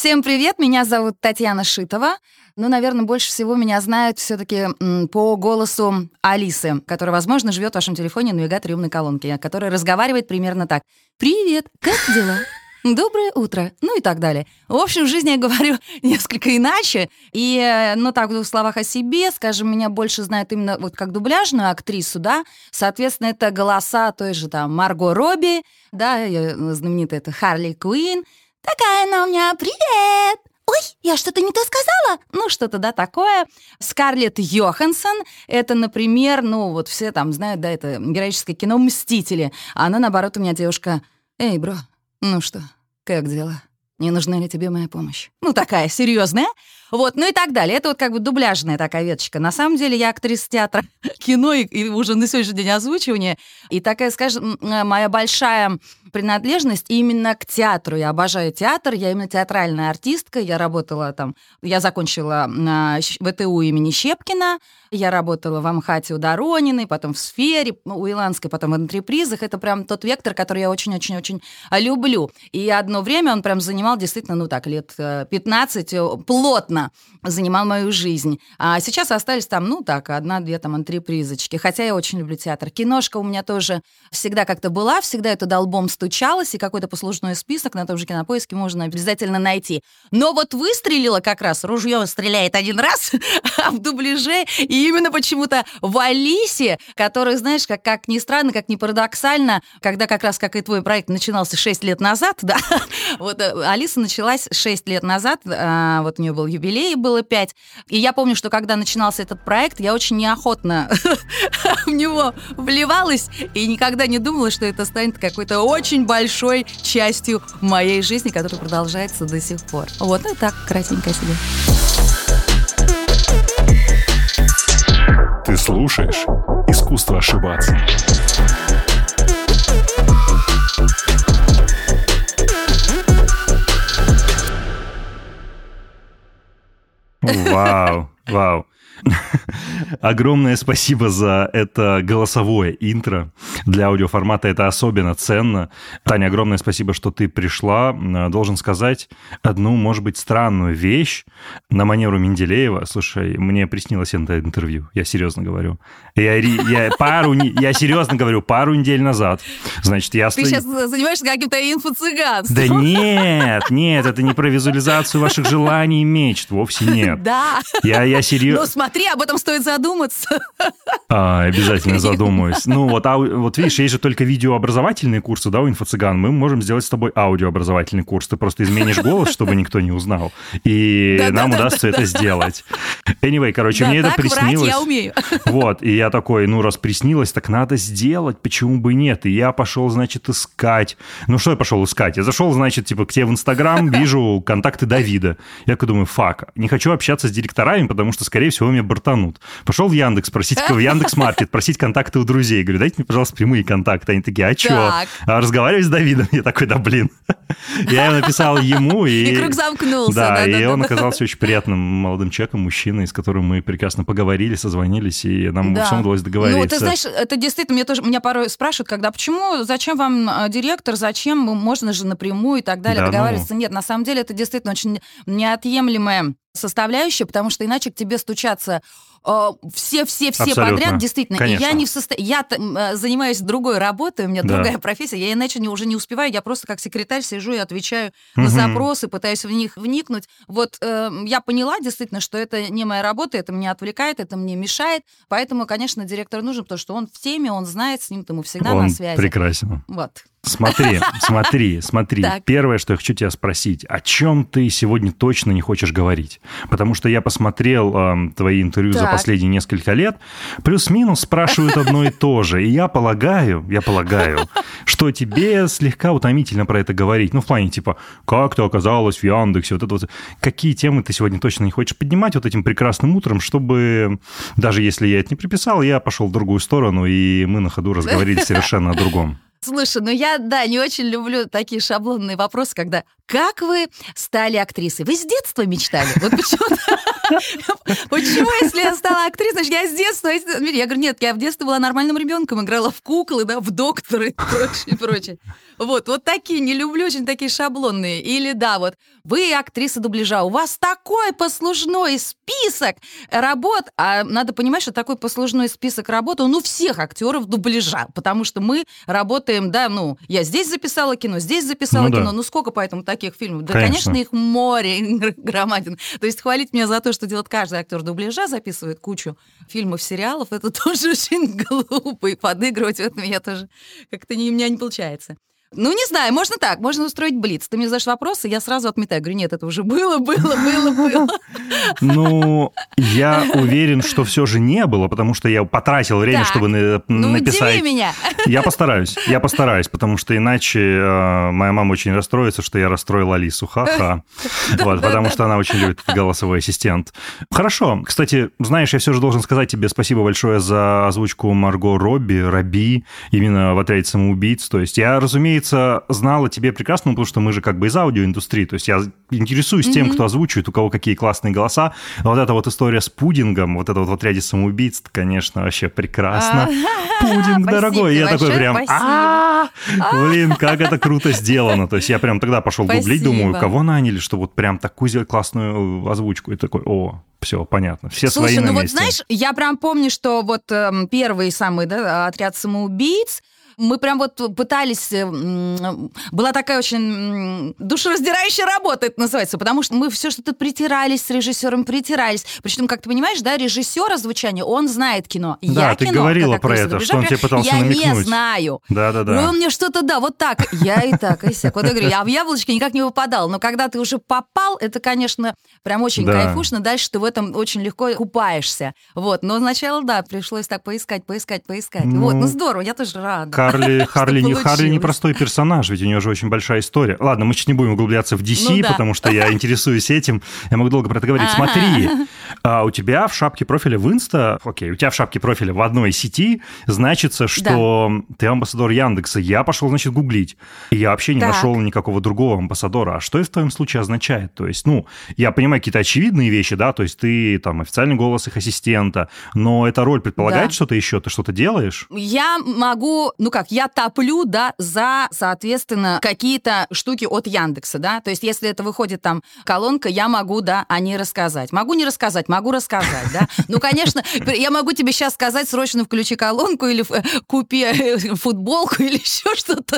Всем привет, меня зовут Татьяна Шитова. Наверное, больше всего меня знают все-таки по голосу Алисы, которая, возможно, живет в вашем телефоне в навигаторе умной колонки, которая разговаривает примерно так. «Привет, как дела? Доброе утро», и так далее. В общем, в жизни я говорю несколько иначе. И, так, в двух словах о себе, скажем, меня больше знают именно вот как дубляжную актрису, да. Соответственно, это голоса той же там Марго Робби, да, знаменитая это Харли Квинн. Такая она у меня, привет! Ой, я что-то не то сказала? Что-то, да, такое. Скарлетт Йоханссон, это, например, все там знают, да, это героическое кино «Мстители». А она, наоборот, у меня девушка, эй, бро, что, как дела? Не нужна ли тебе моя помощь? Такая серьезная. И так далее. Это вот как бы дубляжная такая веточка. На самом деле я актриса театра, кино и уже на сегодняшний день озвучивания. И такая, скажем, моя большая принадлежность именно к театру. Я обожаю театр, я именно театральная артистка. Я работала там, я закончила ВТУ имени Щепкина, я работала в Амхате у Дорониной, потом в «Сфере», у Иланской, потом в «Антрепризах». Это прям тот вектор, который я очень-очень-очень люблю. И одно время он прям занимал действительно, лет 15, плотно занимал мою жизнь. А сейчас остались там, одна-две там антрепризочки. Хотя я очень люблю театр. Киношка у меня тоже всегда как-то была, всегда это долбом стучалось, и какой-то послужной список на том же Кинопоиске можно обязательно найти. Но вот выстрелила как раз, ружье стреляет один раз, а в дубляже, и именно почему-то в Алисе, которая, знаешь, как ни странно, как ни парадоксально, когда как раз, как и твой проект, начинался 6 лет назад, да, вот Алиса началась 6 лет назад, вот у нее был юбилей, было 5, и я помню, что когда начинался этот проект, я очень неохотно в него вливалась и никогда не думала, что это станет какой-то очень большой частью моей жизни, которая продолжается до сих пор. Вот, так, кратенько себе. Ты слушаешь «Искусство ошибаться». Вау. Огромное спасибо за это голосовое интро. Для аудиоформата это особенно ценно. Таня, огромное спасибо, что ты пришла. Должен сказать одну, может быть, странную вещь на манеру Менделеева. Слушай, мне приснилось это интервью, я серьезно говорю. Я серьезно говорю, пару недель назад. Значит, я Ты сейчас занимаешься каким-то инфо-цыганством. Да нет, это не про визуализацию ваших желаний и мечт, вовсе нет. Да. Я серьезно... Смотри, об этом стоит задуматься. Обязательно задумаюсь. Вот видишь, есть же только видеообразовательные курсы, да, у инфо-цыган. Мы можем сделать с тобой аудиообразовательный курс. Ты просто изменишь голос, чтобы никто не узнал. И нам удастся это сделать. Anyway, мне это приснилось. Я умею. Вот, и я такой, раз приснилось, так надо сделать, почему бы и нет? И я пошел, значит, искать. Что я пошел искать? Я зашел, значит, к тебе в Инстаграм, вижу контакты Давида. Я такой думаю, не хочу общаться с директорами, потому что, скорее всего, меня бортанут. Пошел в Яндекс, в Яндекс.Маркет, просить контакты у друзей. Говорю, дайте мне, пожалуйста, прямые контакты. Они такие, а что? Разговаривать с Давидом? Я такой, да блин. Я написал ему. И круг замкнулся. Да, и он оказался очень приятным молодым человеком, мужчиной, с которым мы прекрасно поговорили, созвонились, и нам во всем удалось договориться. Ты знаешь, это действительно, меня порой спрашивают, зачем вам директор, зачем, можно же напрямую и так далее договариваться. Нет, на самом деле это действительно очень неотъемлемая составляющая, потому что иначе к тебе стучатся все подряд, действительно. Конечно. И я не в состоянии... Я занимаюсь другой работой, у меня другая профессия, я иначе уже не успеваю, я просто как секретарь сижу и отвечаю на запросы, пытаюсь в них вникнуть. Я поняла действительно, что это не моя работа, это меня отвлекает, это мне мешает, поэтому, конечно, директор нужен, потому что он в теме, он знает, с ним-то мы всегда на связи. Он прекрасен. Вот. Смотри. Так. Первое, что я хочу тебя спросить, о чем ты сегодня точно не хочешь говорить? Потому что я посмотрел твои интервью за последние несколько лет, плюс-минус спрашивают одно и то же. И я полагаю, что тебе слегка утомительно про это говорить. В плане как ты оказалась в Яндексе, Какие темы ты сегодня точно не хочешь поднимать этим прекрасным утром, чтобы, даже если я это не приписал, я пошел в другую сторону, и мы на ходу разговорились совершенно о другом. Слушай, я, не очень люблю такие шаблонные вопросы, когда «Как вы стали актрисой?» Вы с детства мечтали? Вот почему-то... Почему, если я стала актрисой, я с детства... Я говорю, нет, я в детстве была нормальным ребенком, играла в куклы, в доктора и прочее. Вот такие, не люблю очень такие шаблонные. Или вы актриса дубляжа, у вас такой послужной список работ, а надо понимать, что такой послужной список работ, он у всех актеров дубляжа, потому что мы работаем, я здесь записала кино, здесь записала кино, сколько поэтому таких фильмов? Да, конечно, их море громадин. То есть хвалить меня за то, что делает каждый актер дубляжа, записывает кучу фильмов, сериалов, это тоже очень глупо, и подыгрывать в этом я тоже как-то у меня не получается. Не знаю, можно так, можно устроить блиц. Ты мне задаешь вопросы, я сразу отметаю. Говорю, нет, это уже было. Я уверен, что все же не было, потому что я потратил время, чтобы написать. Удиви меня. Я постараюсь, потому что иначе моя мама очень расстроится, что я расстроил Алису. Ха-ха. Потому что она очень любит голосовой ассистент. Хорошо. Кстати, знаешь, я все же должен сказать тебе спасибо большое за озвучку Марго Робби, именно в «Отряде самоубийц». То есть я, разумеется, знала тебе прекрасно, потому что мы же как бы из аудиоиндустрии, то есть я интересуюсь тем, кто озвучивает, у кого какие классные голоса. Вот эта история с пудингом, это в «Отряде самоубийц», конечно, вообще прекрасно. Пудинг, дорогой, я такой прям, блин, как это круто сделано. То есть я прям тогда пошел гуглить, думаю, кого наняли, что вот прям такую сделать классную озвучку. И такой, все, понятно, все свои на месте. Знаешь, я прям помню, что первый самый, «Отряд самоубийц», мы прям пытались... Была такая очень душераздирающая работа, это называется, потому что мы все что-то притирались с режиссером, Причем, как ты понимаешь, режиссер озвучания, он знает кино. Да, ты говорила про это, что он тебе пытался намекнуть. Я не знаю. Да. Он мне что-то, вот так. Я и так, и сяк. Я говорю, я в яблочко никак не выпадал. Но когда ты уже попал, это, конечно, прям очень кайфушно. Дальше ты в этом очень легко купаешься. Но сначала, пришлось так поискать. Здорово, я тоже рада. Харли непростой персонаж, ведь у нее же очень большая история. Ладно, мы сейчас не будем углубляться в DC, потому что я интересуюсь этим. Я могу долго про это говорить. Смотри, у тебя в шапке профиля в Инста, у тебя в шапке профиля в одной сети значится, что ты амбассадор Яндекса. Я пошел, гуглить. И я вообще не нашел никакого другого амбассадора. А что это в твоем случае означает? То есть, я понимаю какие-то очевидные вещи, да, то есть ты там официальный голос их ассистента, но эта роль предполагает что-то еще? Ты что-то делаешь? Я могу, я топлю, за, соответственно, какие-то штуки от Яндекса, то есть если это выходит там колонка, я могу, о ней рассказать. Могу не рассказать, могу рассказать, конечно, я могу тебе сейчас сказать, срочно включи колонку или купи футболку или еще что-то,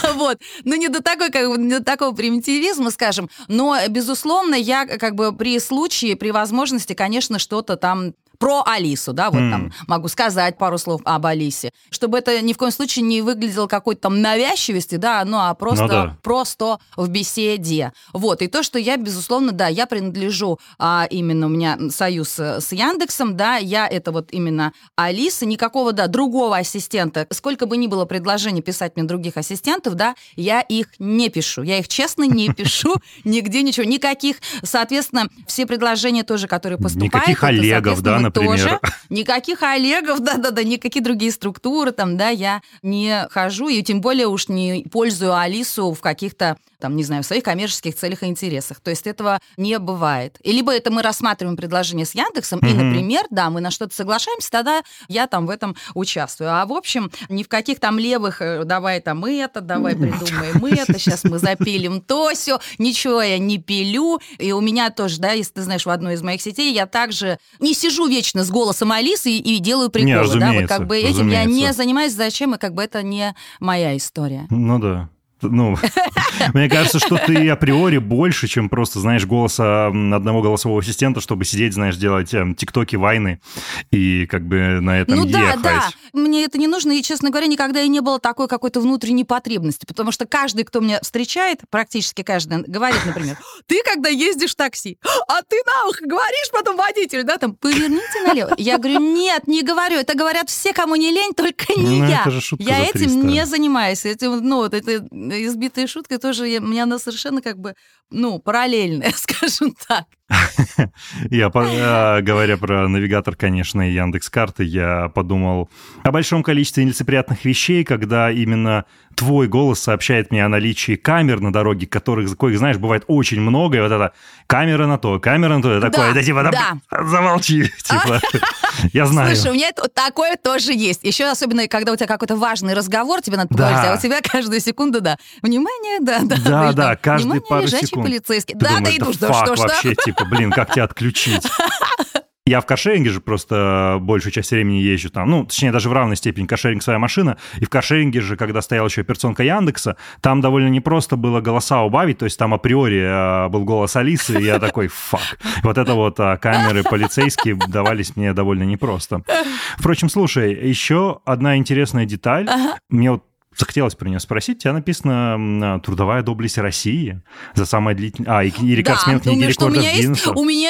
не до такого примитивизма, скажем, но, безусловно, я при случае, при возможности, конечно, что-то там про Алису, там могу сказать пару слов об Алисе, чтобы это ни в коем случае не выглядело какой-то там навязчивости, а просто в беседе. И то, что я, безусловно, я принадлежу, именно у меня союз с Яндексом, я это именно Алиса, никакого, другого ассистента, сколько бы ни было предложений писать мне других ассистентов, я их не пишу, я их честно не пишу, нигде ничего, никаких, соответственно, все предложения тоже, которые поступают. Никаких Олегов, например. Тоже. Никаких Олегов, никакие другие структуры, я не хожу, и тем более уж не пользую Алису в каких-то, в своих коммерческих целях и интересах. То есть этого не бывает. И либо это мы рассматриваем предложение с Яндексом, и, например, мы на что-то соглашаемся, тогда я в этом участвую. А в общем, ни в каких левых, давай придумаем это, сейчас мы запилим то, сё, ничего я не пилю. И у меня тоже, если ты знаешь, в одной из моих сетей я также не сижу вечно с голосом Алисы и делаю приколы. Этим я не занимаюсь, зачем, и это не моя история. Мне кажется, что ты априори больше, чем просто, голоса одного голосового ассистента, чтобы сидеть, делать тиктоки, вайны и на этом ехать. Да. Мне это не нужно, и, честно говоря, никогда и не было такой какой-то внутренней потребности, потому что каждый, кто меня встречает, практически каждый, говорит, например, ты когда ездишь в такси, а ты на ухо говоришь потом водителю, поверните налево. Я говорю, нет, не говорю, это говорят все, кому не лень, только не я. Я этим не занимаюсь. Это избитая шутка тоже, мне она совершенно параллельная, скажем так. Говоря про навигатор, конечно, и Яндекс.Карты, я подумал о большом количестве нелицеприятных вещей, когда именно твой голос сообщает мне о наличии камер на дороге, коих, знаешь, бывает очень много, и вот это камера на то, я такое, замолчи, типа, я знаю. Слушай, у меня такое тоже есть. Еще особенно, когда у тебя какой-то важный разговор, тебе надо поговорить, а у тебя каждую секунду, внимание, да, каждые пару секунд. Полицейский. Ты думаешь, иду, что вообще, типа, как тебя отключить? Я в каршеринге же просто большую часть времени езжу там, точнее, даже в равной степени каршеринг своя машина, и в каршеринге же, когда стояла еще операционка Яндекса, там довольно непросто было голоса убавить, то есть там априори был голос Алисы, и я такой, фак. Вот это вот камеры полицейские давались мне довольно непросто. Впрочем, слушай, еще одна интересная деталь, мне вот захотелось про нее спросить. У тебя написано «Трудовая доблесть России» за самое длительное... и рекордсмен книги рекордов Гиннесса. У меня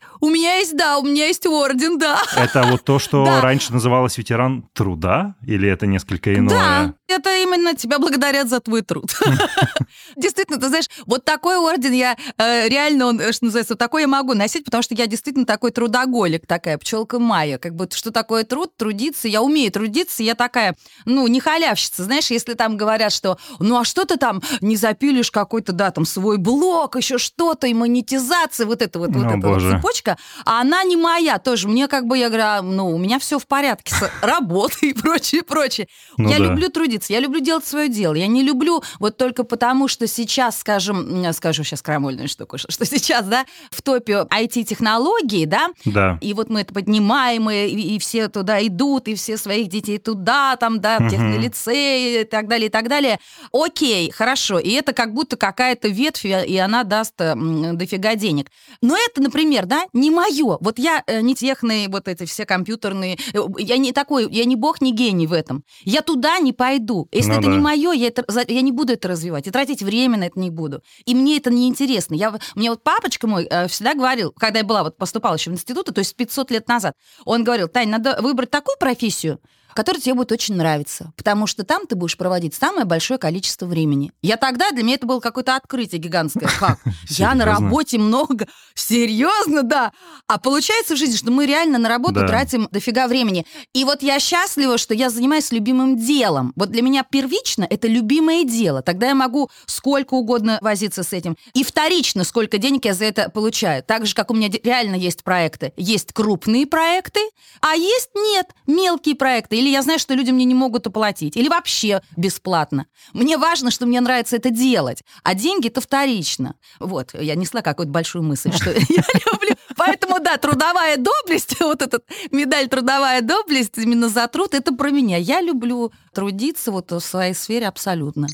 есть орден, да. Это вот то, что раньше называлось ветеран труда? Или это несколько иное? Да, это именно тебя благодарят за твой труд. Действительно, ты знаешь, вот такой орден я реально, он, что называется, вот такой я могу носить, потому что я действительно такой трудоголик, такая пчелка Майя. Как бы, что такое труд, трудиться, я умею трудиться, я такая, не халявщица, знаешь, если там говорят, что, а что ты там не запилишь какой-то, там свой блог, еще что-то, и монетизация, вот эта вот цепочка, а она не моя тоже. Мне я говорю, у меня все в порядке с работой и прочее. Я люблю трудиться, я люблю делать свое дело. Я не люблю вот только потому, что сейчас, скажу сейчас крамольную штуку, что сейчас, в топе IT-технологий, и вот мы это поднимаем, и все туда идут, и все своих детей туда, технолицей, и так далее. Окей, хорошо. И это как будто какая-то ветвь, и она даст дофига денег. Но это, например, не мое. Вот я не техные, вот эти все компьютерные, я не бог, не гений в этом. Я туда не пойду. Если это не мое, я не буду это развивать. И тратить время на это не буду. И мне это неинтересно. Мне вот папочка мой всегда говорил, когда я поступала еще в институт, то есть 500 лет назад, он говорил: Тань, надо выбрать такую профессию, которая тебе будет очень нравиться, потому что там ты будешь проводить самое большое количество времени. Для меня это было какое-то открытие гигантское. Как? Я на работе много. Серьезно, да. А получается в жизни, что мы реально на работу тратим дофига времени. И вот я счастлива, что я занимаюсь любимым делом. Вот для меня первично это любимое дело. Тогда я могу сколько угодно возиться с этим. И вторично, сколько денег я за это получаю. Так же, как у меня реально есть проекты. Есть крупные проекты, а есть мелкие проекты. Или я знаю, что люди мне не могут оплатить. Или вообще бесплатно. Мне важно, что мне нравится это делать. А деньги – это вторично. Вот, я несла какую-то большую мысль, что я люблю. Поэтому, трудовая доблесть, вот эта медаль «Трудовая доблесть» именно за труд – это про меня. Я люблю трудиться в своей сфере абсолютно.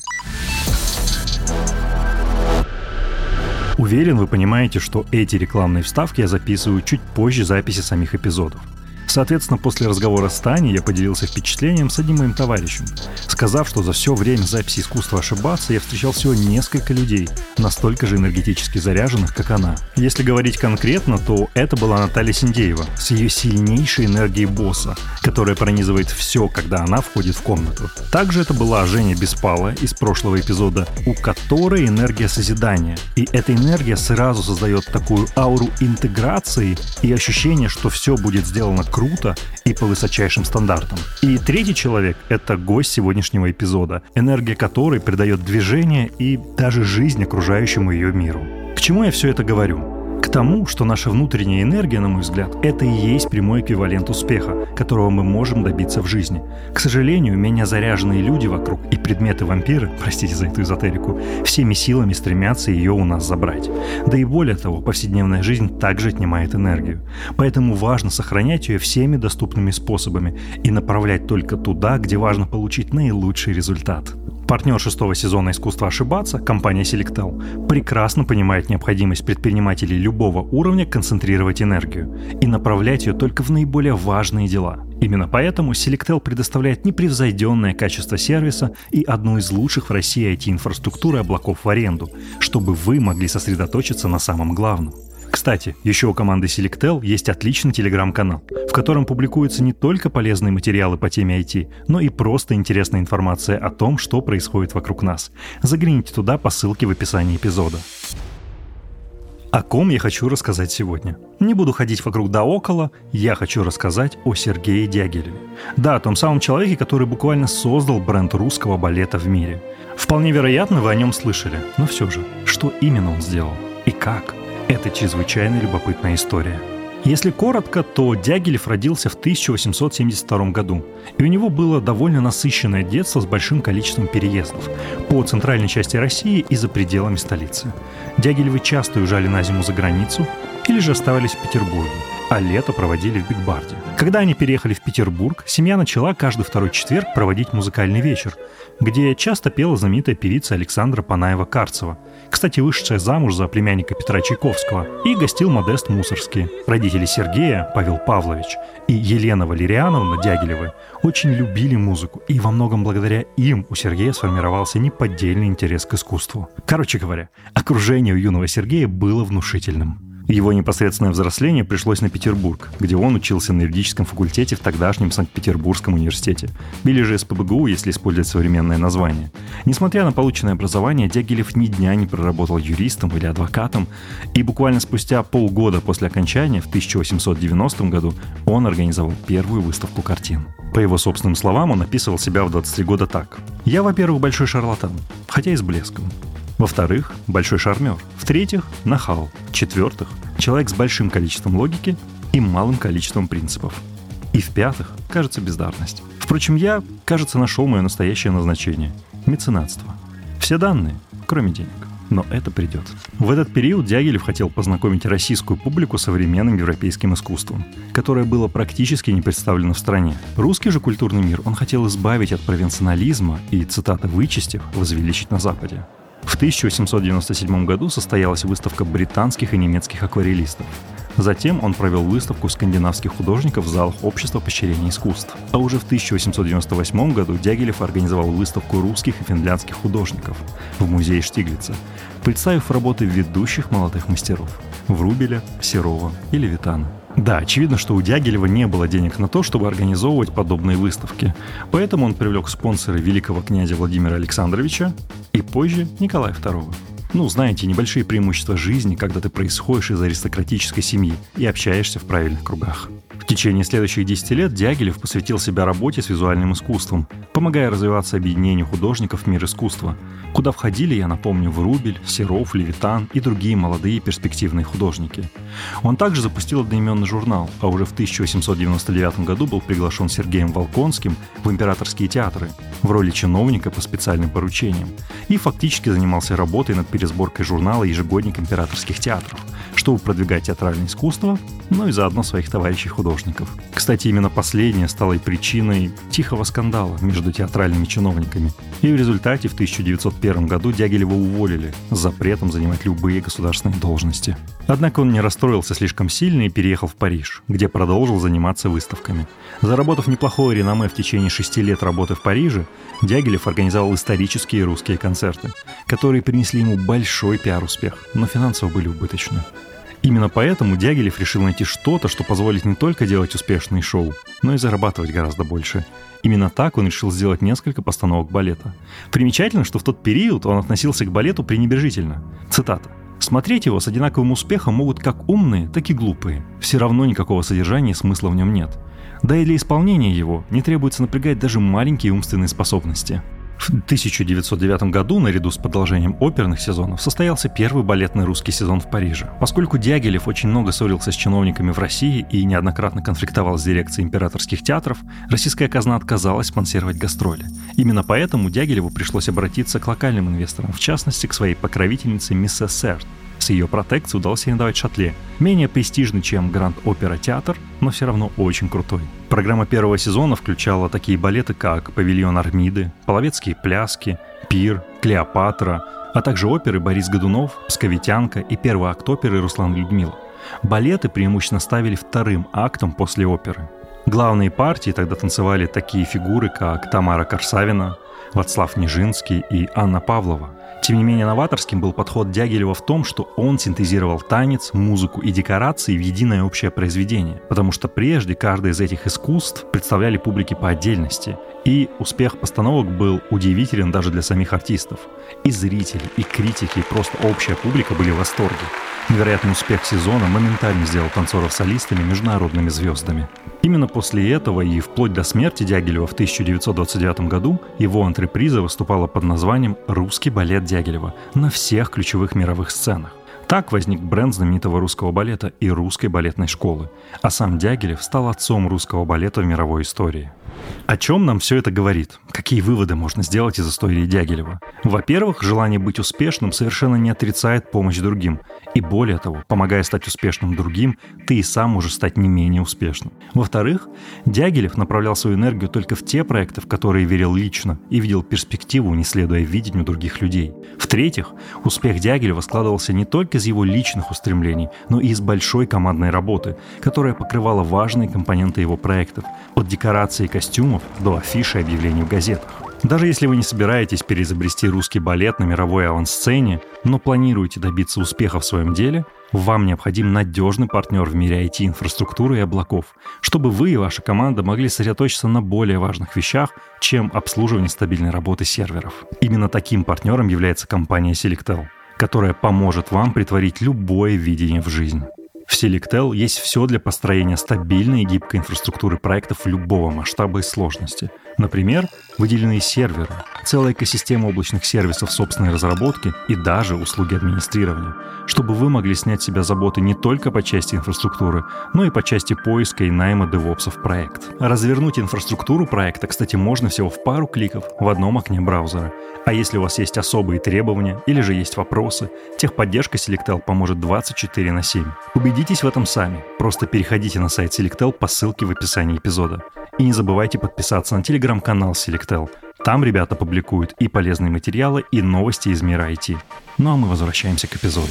Уверен, вы понимаете, что эти рекламные вставки я записываю чуть позже записи самих эпизодов. Соответственно, после разговора с Таней я поделился впечатлением с одним моим товарищем, сказав, что за все время записи «Искусство ошибаться» я встречал всего несколько людей, настолько же энергетически заряженных, как она. Если говорить конкретно, то это была Наталья Синдеева с ее сильнейшей энергией босса, которая пронизывает все, когда она входит в комнату. Также это была Женя Беспалова из прошлого эпизода, у которой энергия созидания. И эта энергия сразу создает такую ауру интеграции и ощущение, что все будет сделано круто и по высочайшим стандартам. И третий человек — это гость сегодняшнего эпизода, энергия которой придает движение и даже жизнь окружающему ее миру. К чему я все это говорю? К тому, что наша внутренняя энергия, на мой взгляд, это и есть прямой эквивалент успеха, которого мы можем добиться в жизни. К сожалению, менее заряженные люди вокруг и предметы-вампиры, простите за эту эзотерику, всеми силами стремятся ее у нас забрать. Да и более того, повседневная жизнь также отнимает энергию. Поэтому важно сохранять ее всеми доступными способами и направлять только туда, где важно получить наилучший результат. Партнер 6-го сезона «Искусство ошибаться», компания Selectel, прекрасно понимает необходимость предпринимателей любого уровня концентрировать энергию и направлять ее только в наиболее важные дела. Именно поэтому Selectel предоставляет непревзойденное качество сервиса и одну из лучших в России IT-инфраструктуры облаков в аренду, чтобы вы могли сосредоточиться на самом главном. Кстати, еще у команды Selectel есть отличный телеграм-канал, в котором публикуются не только полезные материалы по теме IT, но и просто интересная информация о том, что происходит вокруг нас. Загляните туда по ссылке в описании эпизода. О ком я хочу рассказать сегодня? Не буду ходить вокруг да около, я хочу рассказать о Сергее Дягилеве. Да, о том самом человеке, который буквально создал бренд русского балета в мире. Вполне вероятно, вы о нем слышали, но все же, что именно он сделал и как? Это чрезвычайно любопытная история. Если коротко, то Дягилев родился в 1872 году, и у него было довольно насыщенное детство с большим количеством переездов по центральной части России и за пределами столицы. Дягилевы часто уезжали на зиму за границу или же оставались в Петербурге, а лето проводили в Биг-Барде. Когда они переехали в Петербург, семья начала каждый второй четверг проводить музыкальный вечер, где часто пела знаменитая певица Александра Панаева-Карцева, кстати, вышедшая замуж за племянника Петра Чайковского, и гостил Модест Мусоргский. Родители Сергея, Павел Павлович и Елена Валериановна Дягилевы, очень любили музыку, и во многом благодаря им у Сергея сформировался неподдельный интерес к искусству. Короче говоря, окружение у юного Сергея было внушительным. Его непосредственное взросление пришлось на Петербург, где он учился на юридическом факультете в тогдашнем Санкт-Петербургском университете, или же СПбГУ, если использовать современное название. Несмотря на полученное образование, Дягилев ни дня не проработал юристом или адвокатом, и буквально спустя полгода после окончания, в 1890 году, он организовал первую выставку картин. По его собственным словам, он описывал себя в 23 года так. «Я, во-первых, большой шарлатан, хотя и с блеском. Во-вторых, большой шармер. В-третьих, нахал. В-четвертых, человек с большим количеством логики и малым количеством принципов. И в-пятых, кажется, бездарность. Впрочем, я, кажется, нашел мое настоящее назначение – меценатство. Все данные, кроме денег. Но это придет». В этот период Дягилев хотел познакомить российскую публику с современным европейским искусством, которое было практически не представлено в стране. Русский же культурный мир он хотел избавить от провинционализма и, цитата, «вычистив, возвеличить на Западе». В 1897 году состоялась выставка британских и немецких акварелистов. Затем он провел выставку скандинавских художников в залах Общества поощрения искусств. А уже в 1898 году Дягилев организовал выставку русских и финляндских художников в музее Штиглица, представив работы ведущих молодых мастеров – Врубеля, Серова и Левитана. Да, очевидно, что у Дягилева не было денег на то, чтобы организовывать подобные выставки. Поэтому он привлек спонсора великого князя Владимира Александровича и позже Николая II. Ну, знаете, небольшие преимущества жизни, когда ты происходишь из аристократической семьи и общаешься в правильных кругах. В течение следующих 10 лет Дягилев посвятил себя работе с визуальным искусством, помогая развиваться объединению художников в мир искусства, куда входили, я напомню, Врубель, Серов, Левитан и другие молодые перспективные художники. Он также запустил одноименный журнал, а уже в 1899 году был приглашен Сергеем Волконским в императорские театры в роли чиновника по специальным поручениям и фактически занимался работой над пересборкой журнала «Ежегодник императорских театров», чтобы продвигать театральное искусство, но и заодно своих товарищей-художников. Кстати, именно последнее стало и причиной тихого скандала между театральными чиновниками. И в результате в 1901 году Дягилева уволили с запретом занимать любые государственные должности. Однако он не расстроился слишком сильно и переехал в Париж, где продолжил заниматься выставками. Заработав неплохое реноме в течение 6 лет работы в Париже, Дягилев организовал исторические русские концерты, которые принесли ему большой пиар-успех, но финансово были убыточны. Именно поэтому Дягилев решил найти что-то, что позволит не только делать успешные шоу, но и зарабатывать гораздо больше. Именно так он решил сделать несколько постановок балета. Примечательно, что в тот период он относился к балету пренебрежительно. Цитата. «Смотреть его с одинаковым успехом могут как умные, так и глупые. Все равно никакого содержания и смысла в нем нет. Да и для исполнения его не требуется напрягать даже маленькие умственные способности». В 1909 году, наряду с продолжением оперных сезонов, состоялся первый балетный русский сезон в Париже. Поскольку Дягилев очень много ссорился с чиновниками в России и неоднократно конфликтовал с дирекцией императорских театров, российская казна отказалась спонсировать гастроли. Именно поэтому Дягилеву пришлось обратиться к локальным инвесторам, в частности, к своей покровительнице мисс Сесерт. С ее протекцией удалось арендовать Шатле, менее престижный, чем Гранд Опера Театр, но все равно очень крутой. Программа первого сезона включала такие балеты, как «Павильон Армиды», «Половецкие пляски», «Пир», «Клеопатра», а также оперы Борис Годунов, «Псковитянка» и первый акт оперы Руслан и Людмила. Балеты преимущественно ставили вторым актом после оперы. Главные партии тогда танцевали такие фигуры, как Тамара Корсавина, Вацлав Нижинский и Анна Павлова. Тем не менее, новаторским был подход Дягилева в том, что он синтезировал танец, музыку и декорации в единое общее произведение, потому что прежде каждое из этих искусств представляли публике по отдельности, и успех постановок был удивителен даже для самих артистов. И зрители, и критики, и просто общая публика были в восторге. Невероятный успех сезона моментально сделал танцоров солистами международными звездами. Именно после этого и вплоть до смерти Дягилева в 1929 году его антреприза выступала под названием «Русский балет Дягилева» на всех ключевых мировых сценах. Так возник бренд знаменитого русского балета и русской балетной школы, а сам Дягилев стал отцом русского балета в мировой истории. О чем нам все это говорит? Какие выводы можно сделать из истории Дягилева? Во-первых, желание быть успешным совершенно не отрицает помощь другим. И более того, помогая стать успешным другим, ты и сам можешь стать не менее успешным. Во-вторых, Дягилев направлял свою энергию только в те проекты, в которые верил лично и видел перспективу, не следуя видению других людей. В-третьих, успех Дягилева складывался не только из его личных устремлений, но и из большой командной работы, которая покрывала важные компоненты его проектов, от декорации и костюмов до афиши и объявлений в газетах. Даже если вы не собираетесь переизобрести русский балет на мировой авансцене, но планируете добиться успеха в своем деле, вам необходим надежный партнер в мире IT-инфраструктуры и облаков, чтобы вы и ваша команда могли сосредоточиться на более важных вещах, чем обслуживание стабильной работы серверов. Именно таким партнером является компания Selectel, которая поможет вам притворить любое видение в жизнь. В Selectel есть все для построения стабильной и гибкой инфраструктуры проектов любого масштаба и сложности. Например, выделенные серверы, целая экосистема облачных сервисов собственной разработки и даже услуги администрирования, чтобы вы могли снять с себя заботы не только по части инфраструктуры, но и по части поиска и найма девопсов в проект. Развернуть инфраструктуру проекта, кстати, можно всего в пару кликов в одном окне браузера. А если у вас есть особые требования или же есть вопросы, техподдержка Selectel поможет 24/7. Убедитесь в этом сами. Просто переходите на сайт Selectel по ссылке в описании эпизода. И не забывайте подписаться на телеграм-канал Selectel. Там ребята публикуют и полезные материалы, и новости из мира IT. Ну а мы возвращаемся к эпизоду.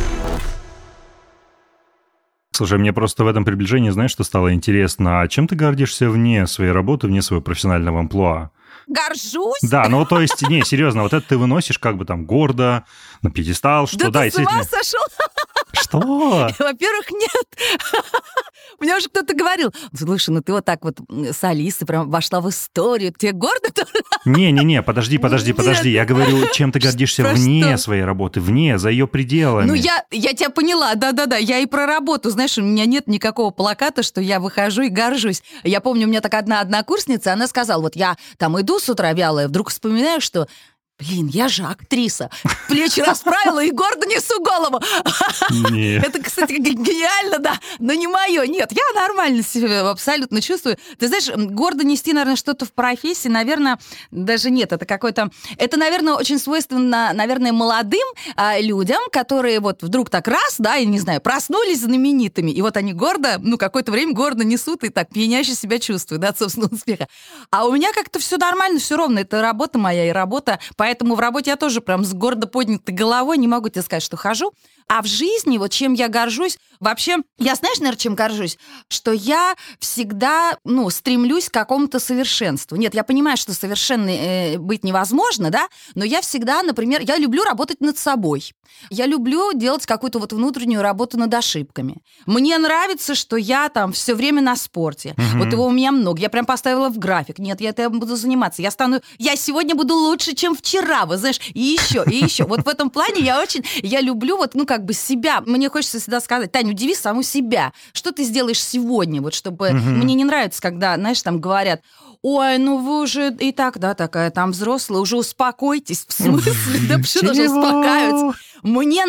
Слушай, мне просто в этом приближении, знаешь, что стало интересно? А чем ты гордишься вне своей работы, вне своего профессионального амплуа? Горжусь? Да, ну то есть, не, серьезно, вот это ты выносишь как бы там гордо, на пьедестал, что да, ты с ума сошел? Что? Во-первых, нет. Мне уже кто-то говорил, слушай, ну ты вот так вот с Алисой прям вошла в историю, тебе гордо? Не, подожди. Я говорю, чем ты гордишься вне своей работы, вне, за ее пределами. Ну я тебя поняла, да, я и про работу, знаешь, у меня нет никакого плаката, что я выхожу и горжусь. Я помню, у меня так одна однокурсница, она сказала, вот я там иду с утра вялая, вдруг вспоминаю, что блин, я же актриса. Плечи расправила и гордо несу голову. Нет. Это, кстати, гениально, да. Но не мое. Нет, я нормально себя абсолютно чувствую. Ты знаешь, гордо нести, наверное, что-то в профессии, наверное, даже нет. Это какой-то... Это, наверное, очень свойственно, наверное, молодым людям, которые вот вдруг так раз, да, я не знаю, проснулись знаменитыми, и вот они гордо, какое-то время гордо несут и так пьяняще себя чувствуют, да, от собственного успеха. А у меня как-то все нормально, все ровно. Это работа моя и работа. Поэтому в работе я тоже прям с гордо поднятой головой не могу тебе сказать, что хожу. А в жизни, вот чем я горжусь, вообще, я знаешь, наверное, чем горжусь? Что я всегда, стремлюсь к какому-то совершенству. Нет, я понимаю, что совершенной быть невозможно, да, но я всегда, например, я люблю работать над собой. Я люблю делать какую-то вот внутреннюю работу над ошибками. Мне нравится, что я там все время на спорте. Вот его у меня много. Я прям поставила в график. Нет, я этим буду заниматься. Я сегодня буду лучше, чем вчера, вы знаешь, и еще. Вот в этом плане я люблю вот, себя. Мне хочется всегда сказать, Таня, удиви саму себя. Что ты сделаешь сегодня? Вот чтобы... Мне не нравится, когда, знаешь, там говорят, ой, вы уже и так, да, такая там взрослая, уже успокойтесь. В смысле? Да почему даже успокаиваться? Мне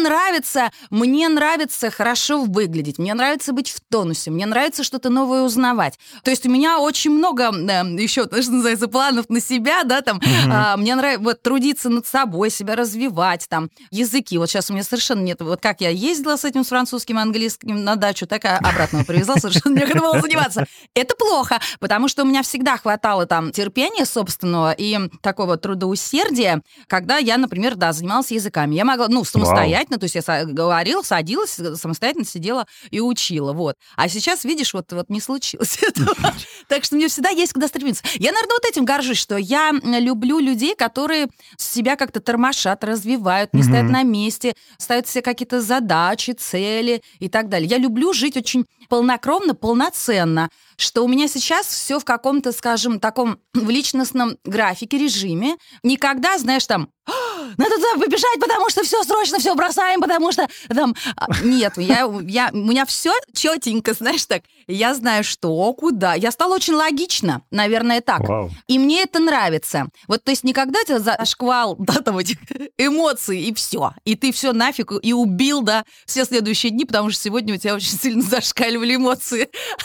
нравится хорошо выглядеть, мне нравится быть в тонусе, мне нравится что-то новое узнавать. То есть у меня очень много еще, что называется, планов на себя, да, там, мне нравится вот трудиться над собой, себя развивать, там, языки. Вот сейчас у меня совершенно нет, вот как я ездила с этим, с французским, английским на дачу, так и обратно привезла, совершенно некогда было заниматься. Это плохо, потому что у меня всегда хватает хватало там терпения собственного и такого трудоусердия, когда я, например, занималась языками. Я могла, самостоятельно, то есть я говорила, садилась, самостоятельно сидела и учила, вот. А сейчас, видишь, вот не случилось этого. Так что мне всегда есть куда стремиться. Я, наверное, вот этим горжусь, что я люблю людей, которые себя как-то тормошат, развивают, не стоят на месте, ставят себе какие-то задачи, цели и так далее. Я люблю жить очень полнокровно, полноценно, что у меня сейчас все в каком-то, скажем, таком в личностном графике, режиме. Никогда, знаешь, там, надо туда побежать, потому что все срочно, все бросаем, потому что там... Нет, у меня все четенько, знаешь, так. Я знаю, что, куда. Я стала очень логична, наверное, так. Вау. И мне это нравится. Вот, то есть никогда тебя за шквал, там этих эмоций, и все. И ты все нафиг, и убил, все следующие дни, потому что сегодня у тебя очень сильно зашкаливали эмоции.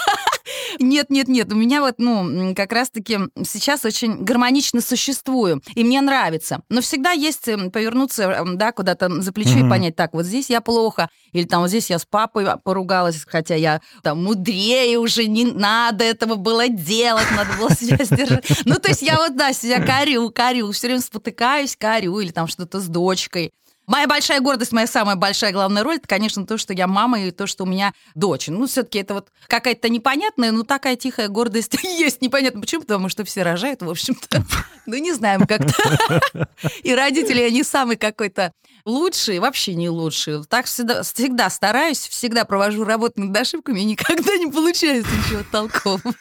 Нет, у меня как раз-таки сейчас очень гармонично существую, и мне нравится. Но всегда есть повернуться, куда-то за плечо и понять, так, вот здесь я плохо, или там вот здесь я с папой поругалась, хотя я там мудрее уже, не надо этого было делать, надо было себя сдержать. То есть я себя корю, все время спотыкаюсь, корю, или там что-то с дочкой. Моя большая гордость, моя самая большая главная роль, это, конечно, то, что я мама, и то, что у меня дочь. Все-таки это вот какая-то непонятная, но такая тихая гордость есть. Непонятно почему, потому что все рожают, в общем-то. Не знаем как-то. И родители, они самые какой-то лучшие, вообще не лучшие. Так всегда стараюсь, всегда провожу работу над ошибками, и никогда не получается ничего толкового.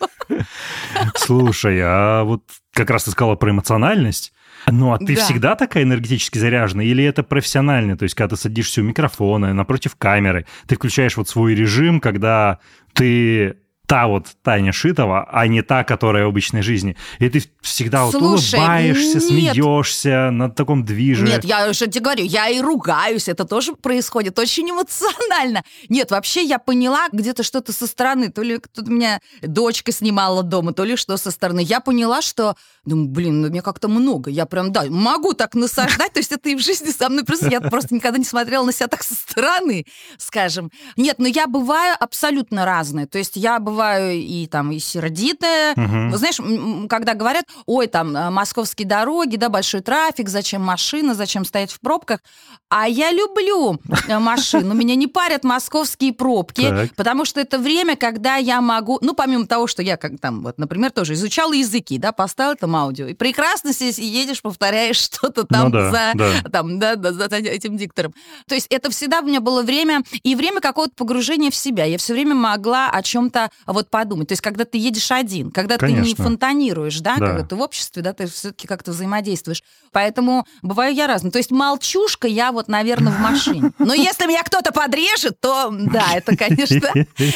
Слушай, а вот как раз ты сказала про эмоциональность. А ты всегда такая энергетически заряженная? Или это профессионально? То есть, когда ты садишься у микрофона, напротив камеры, ты включаешь вот свой режим, когда ты та вот Таня Шитова, а не та, которая в обычной жизни. И ты всегда улыбаешься, смеешься на таком движе. Нет, я уже тебе говорю, я и ругаюсь, это тоже происходит очень эмоционально. Нет, вообще я поняла где-то что-то со стороны, то ли кто-то меня дочка снимала дома, то ли что со стороны. Я поняла, что, мне как-то много. Я прям, могу так насаждать, то есть это и в жизни со мной просто, я просто никогда не смотрела на себя так со стороны, скажем. Нет, но я бываю абсолютно разная, то есть я бываю и сердитая. Знаешь, когда говорят, ой, там, московские дороги, большой трафик, зачем машина, зачем стоять в пробках. А я люблю машину, меня не парят московские пробки, потому что это время, когда я могу, помимо того, что я, например, тоже изучала языки, поставила там аудио, и прекрасно здесь едешь, повторяешь что-то там за этим диктором. То есть это всегда у меня было время, и время какого-то погружения в себя. Я все время могла о чем-то подумать. То есть, когда ты едешь один, когда ты не фонтанируешь, когда ты в обществе, ты все-таки как-то взаимодействуешь. Поэтому бываю я разная. То есть, молчушка я наверное, в машине. Но если меня кто-то подрежет, то это, конечно,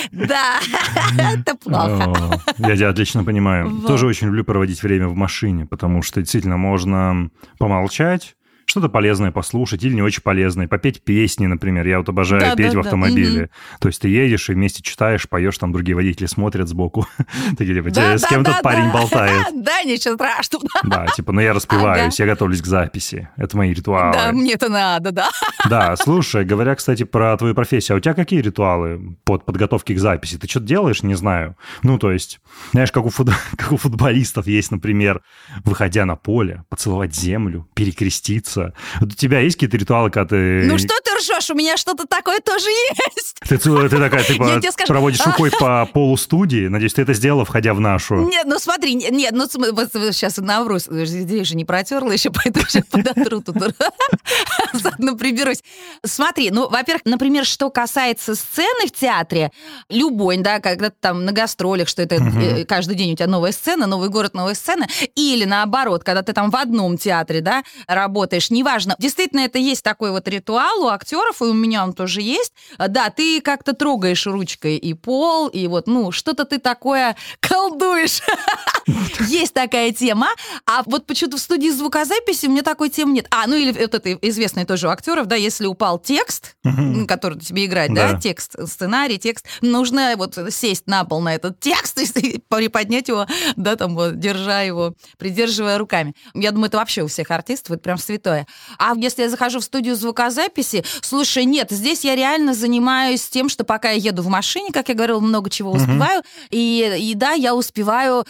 это плохо. Я тебя отлично понимаю. Тоже очень люблю проводить время в машине, потому что действительно можно помолчать, что-то полезное послушать или не очень полезное, попеть песни, например. Я обожаю петь в автомобиле. То есть ты едешь и вместе читаешь, поешь, там другие водители смотрят сбоку. Такие, с кем тут парень болтает. Да, ничего страшного. Да, я распеваюсь, я готовлюсь к записи. Это мои ритуалы. Да, мне это надо, да. Да, слушай, говоря, кстати, про твою профессию, а у тебя какие ритуалы под подготовки к записи? Ты что-то делаешь? Не знаю. То есть, знаешь, как у футболистов есть, например, выходя на поле, поцеловать землю, перекреститься. Вот у тебя есть какие-то ритуалы, когда ты... Что ты ржешь? У меня что-то такое тоже есть. Ты такая, проводишь рукой по полу студии. Надеюсь, ты это сделала, входя в нашу. Нет, смотри, сейчас наврусь. Здесь же не протерла еще, поэтому сейчас подотру тут. Заодно приберусь. Смотри, во-первых, например, что касается сцены в театре, любой, когда ты там на гастролях, что это каждый день у тебя новая сцена, новый город, новая сцена, или наоборот, когда ты там в одном театре, работаешь, неважно. Действительно, это есть такой ритуал у актеров, и у меня он тоже есть. Да, ты как-то трогаешь ручкой и пол, и что-то ты такое колдуешь. Есть такая тема. А почему-то в студии звукозаписи у меня такой темы нет. Или это известный тоже у актеров, если упал текст, который тебе играет, текст, сценарий, текст, нужно сесть на пол на этот текст и приподнять его, держа его, придерживая руками. Я думаю, это вообще у всех артистов, это прям святое. А если я захожу в студию звукозаписи, слушай, нет, здесь я реально занимаюсь тем, что пока я еду в машине, как я говорила, много чего успеваю, и да, я успеваю, безусловно,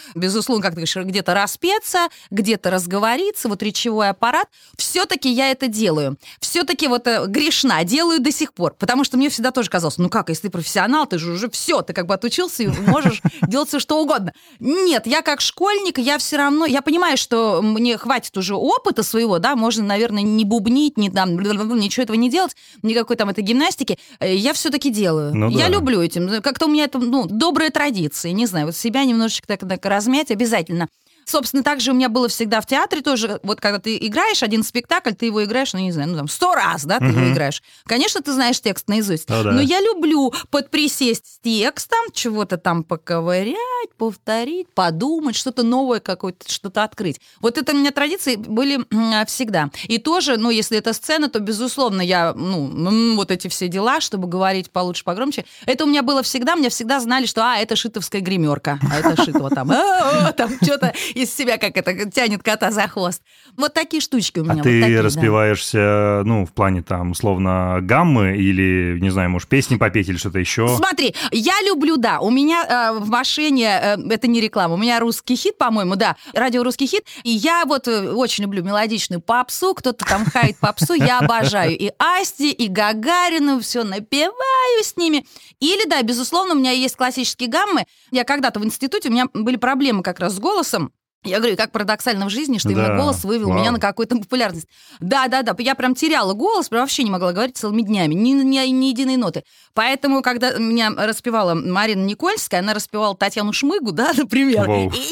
безусловно, как ты говоришь, где-то распеться, где-то разговориться, вот речевой аппарат. Все-таки я это делаю. Все-таки вот грешна, делаю до сих пор. Потому что мне всегда тоже казалось, ну как, если ты профессионал, ты же уже все, ты как бы отучился и можешь делать все, что угодно. Нет, я как школьник, я все равно, я понимаю, что мне хватит уже опыта своего, да, можно, наверное, не бубнить, ничего этого не делать, никакой там этой гимнастики. Я все-таки делаю. Ну, я да. люблю этим. Как-то у меня это, добрая традиция. Не знаю, вот себя немножечко так размять обязательно. Собственно, так же у меня было всегда в театре тоже. Вот когда ты играешь один спектакль, ты его играешь, не знаю, 100 раз, да, ты его играешь. Конечно, ты знаешь текст наизусть. Но я люблю подприсесть с текстом, чего-то там поковырять, повторить, подумать, что-то новое какое-то, что-то открыть. Вот это у меня традиции были всегда. И тоже, если это сцена, то, безусловно, я, вот эти все дела, чтобы говорить получше, погромче, это у меня было всегда. Меня всегда знали, что, это шитовская гримерка, а это Шитова там что-то из себя как это тянет кота за хвост. Вот такие штучки у меня. А ты распеваешься, в плане там, условно, гаммы или, не знаю, может, песни попеть или что-то еще? Смотри, я люблю, да, у меня в машине, это не реклама, у меня русский хит, по-моему, да, радио «Русский хит», и я вот очень люблю мелодичную попсу, кто-то там хаит попсу, я обожаю и Асти, и Гагарину, все напеваю с ними. Или, да, безусловно, у меня есть классические гаммы. Я когда-то в институте, у меня были проблемы как раз с голосом. Я говорю, как парадоксально в жизни, что именно голос вывел меня на какую-то популярность. Да, я прям теряла голос, прям вообще не могла говорить целыми днями, ни единой ноты. Поэтому, когда меня распевала Марина Никольская, она распевала Татьяну Шмыгу, да, например,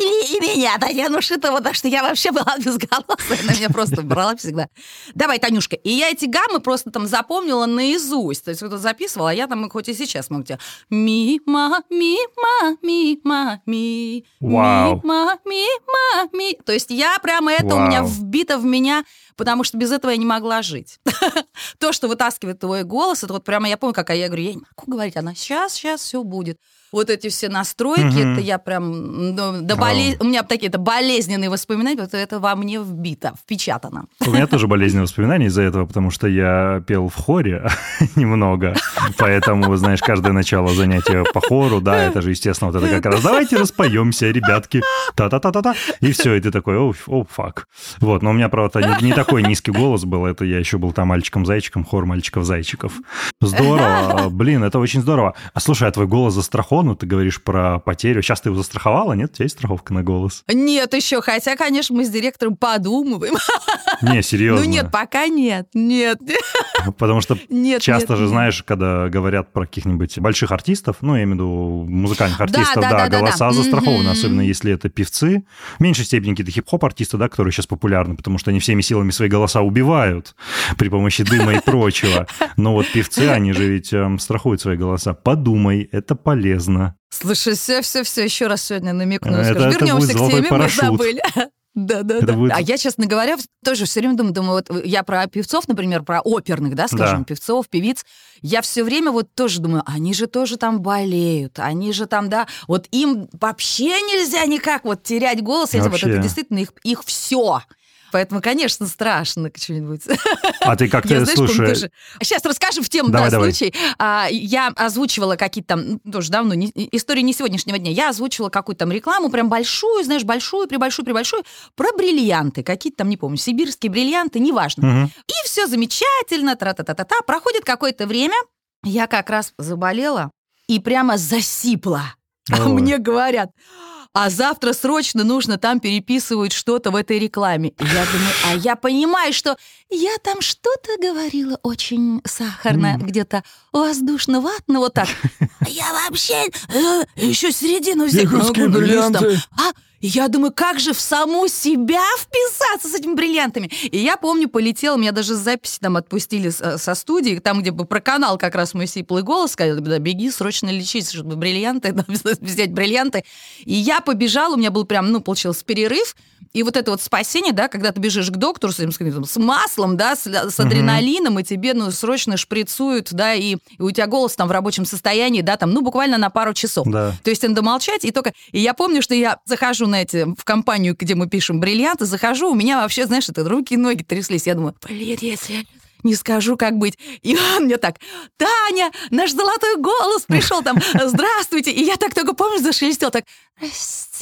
и меня, Татьяну Шитову, потому что я вообще была безголосая, она меня просто брала всегда. Давай, Танюшка. И я эти гаммы просто там запомнила наизусть, то есть вот записывала, а я там хоть и сейчас могу тебе ми-ма, ми-ма, ми-ма, ми, ми-ма, ми-ма. То есть я прямо это у меня вбито в меня, потому что без этого я не могла жить. То, что вытаскивает твой голос, это вот прямо я помню, какая я говорю, я не могу говорить, она сейчас все будет. Вот эти все настройки, это я прям... У меня такие болезненные воспоминания, потому что это во мне вбито, впечатано. У меня тоже болезненные воспоминания из-за этого, потому что я пел в хоре немного, поэтому, знаешь, каждое начало занятия по хору, да, это же, естественно, вот это как раз давайте распоемся, ребятки, та-та-та-та-та, и все, и ты такой, фак. Вот, но у меня, правда, не такой низкий голос был, это я еще был там мальчиком-зайчиком, хор мальчиков-зайчиков. Здорово, блин, это очень здорово. А слушай, а твой голос застрахован? Ты говоришь про потерю. Сейчас ты его застраховала, нет? У тебя есть страховка на голос? Нет еще, хотя, конечно, мы с директором подумываем. Не, серьезно? Нет, пока нет. Потому что часто же, знаешь, когда говорят про каких-нибудь больших артистов, я имею в виду музыкальных артистов, голоса застрахованы, особенно если это певцы. В меньшей степени какие-то хип-хоп-артисты, да, которые сейчас популярны, потому что они всеми силами свои голоса убивают при помощи дыма и прочего. Но вот певцы, они же ведь страхуют свои голоса. Подумай, это полезно. Слушай, все, еще раз сегодня намекну. Вернемся к теме, мы забыли. Да. А я, честно говоря, тоже все время думаю, вот я про певцов, например, про оперных, да, скажем, певцов, певиц, я все время вот тоже думаю, они же тоже там болеют, они же там, да, вот им вообще нельзя никак вот терять голос, вот это действительно их все. Поэтому, конечно, страшно что-нибудь. А ты как-то, слушай... Сейчас расскажем в тему, случай. Я озвучивала какие-то там, тоже давно, истории не сегодняшнего дня, я озвучивала какую-то там рекламу, прям большую, знаешь, большую, про бриллианты, какие-то там, не помню, сибирские бриллианты, неважно. И все замечательно, тра-та-та-та-та. Проходит какое-то время, я как раз заболела и прямо засипла. А мне говорят... А завтра срочно нужно там переписывать что-то в этой рекламе. И я думаю, я понимаю, что я там что-то говорила очень сахарно, где-то воздушно-ватно, вот так. Я вообще еще середину взять русские бриллианты. Я думаю, как же в саму себя вписаться с этими бриллиантами? И я помню, полетела, меня даже с записи там отпустили со студии, там, где бы про канал как раз мой сиплый голос, сказали, да, беги, срочно лечись, чтобы бриллианты, взять бриллианты. И я побежала, у меня был прям, получился перерыв, и вот это вот спасение, да, когда ты бежишь к доктору с маслом, да, с адреналином, и тебе, срочно шприцуют, да, и у тебя голос там в рабочем состоянии, да, там, буквально на пару часов. Да. То есть надо молчать, и я помню, что я захожу в компанию, где мы пишем бриллианты, захожу, у меня вообще, знаешь, руки и ноги тряслись. Я думаю, блин, если не скажу, как быть. И он мне так, Таня, наш золотой голос пришел там, здравствуйте. И я так только, помнишь, зашелестел, так, здрасте.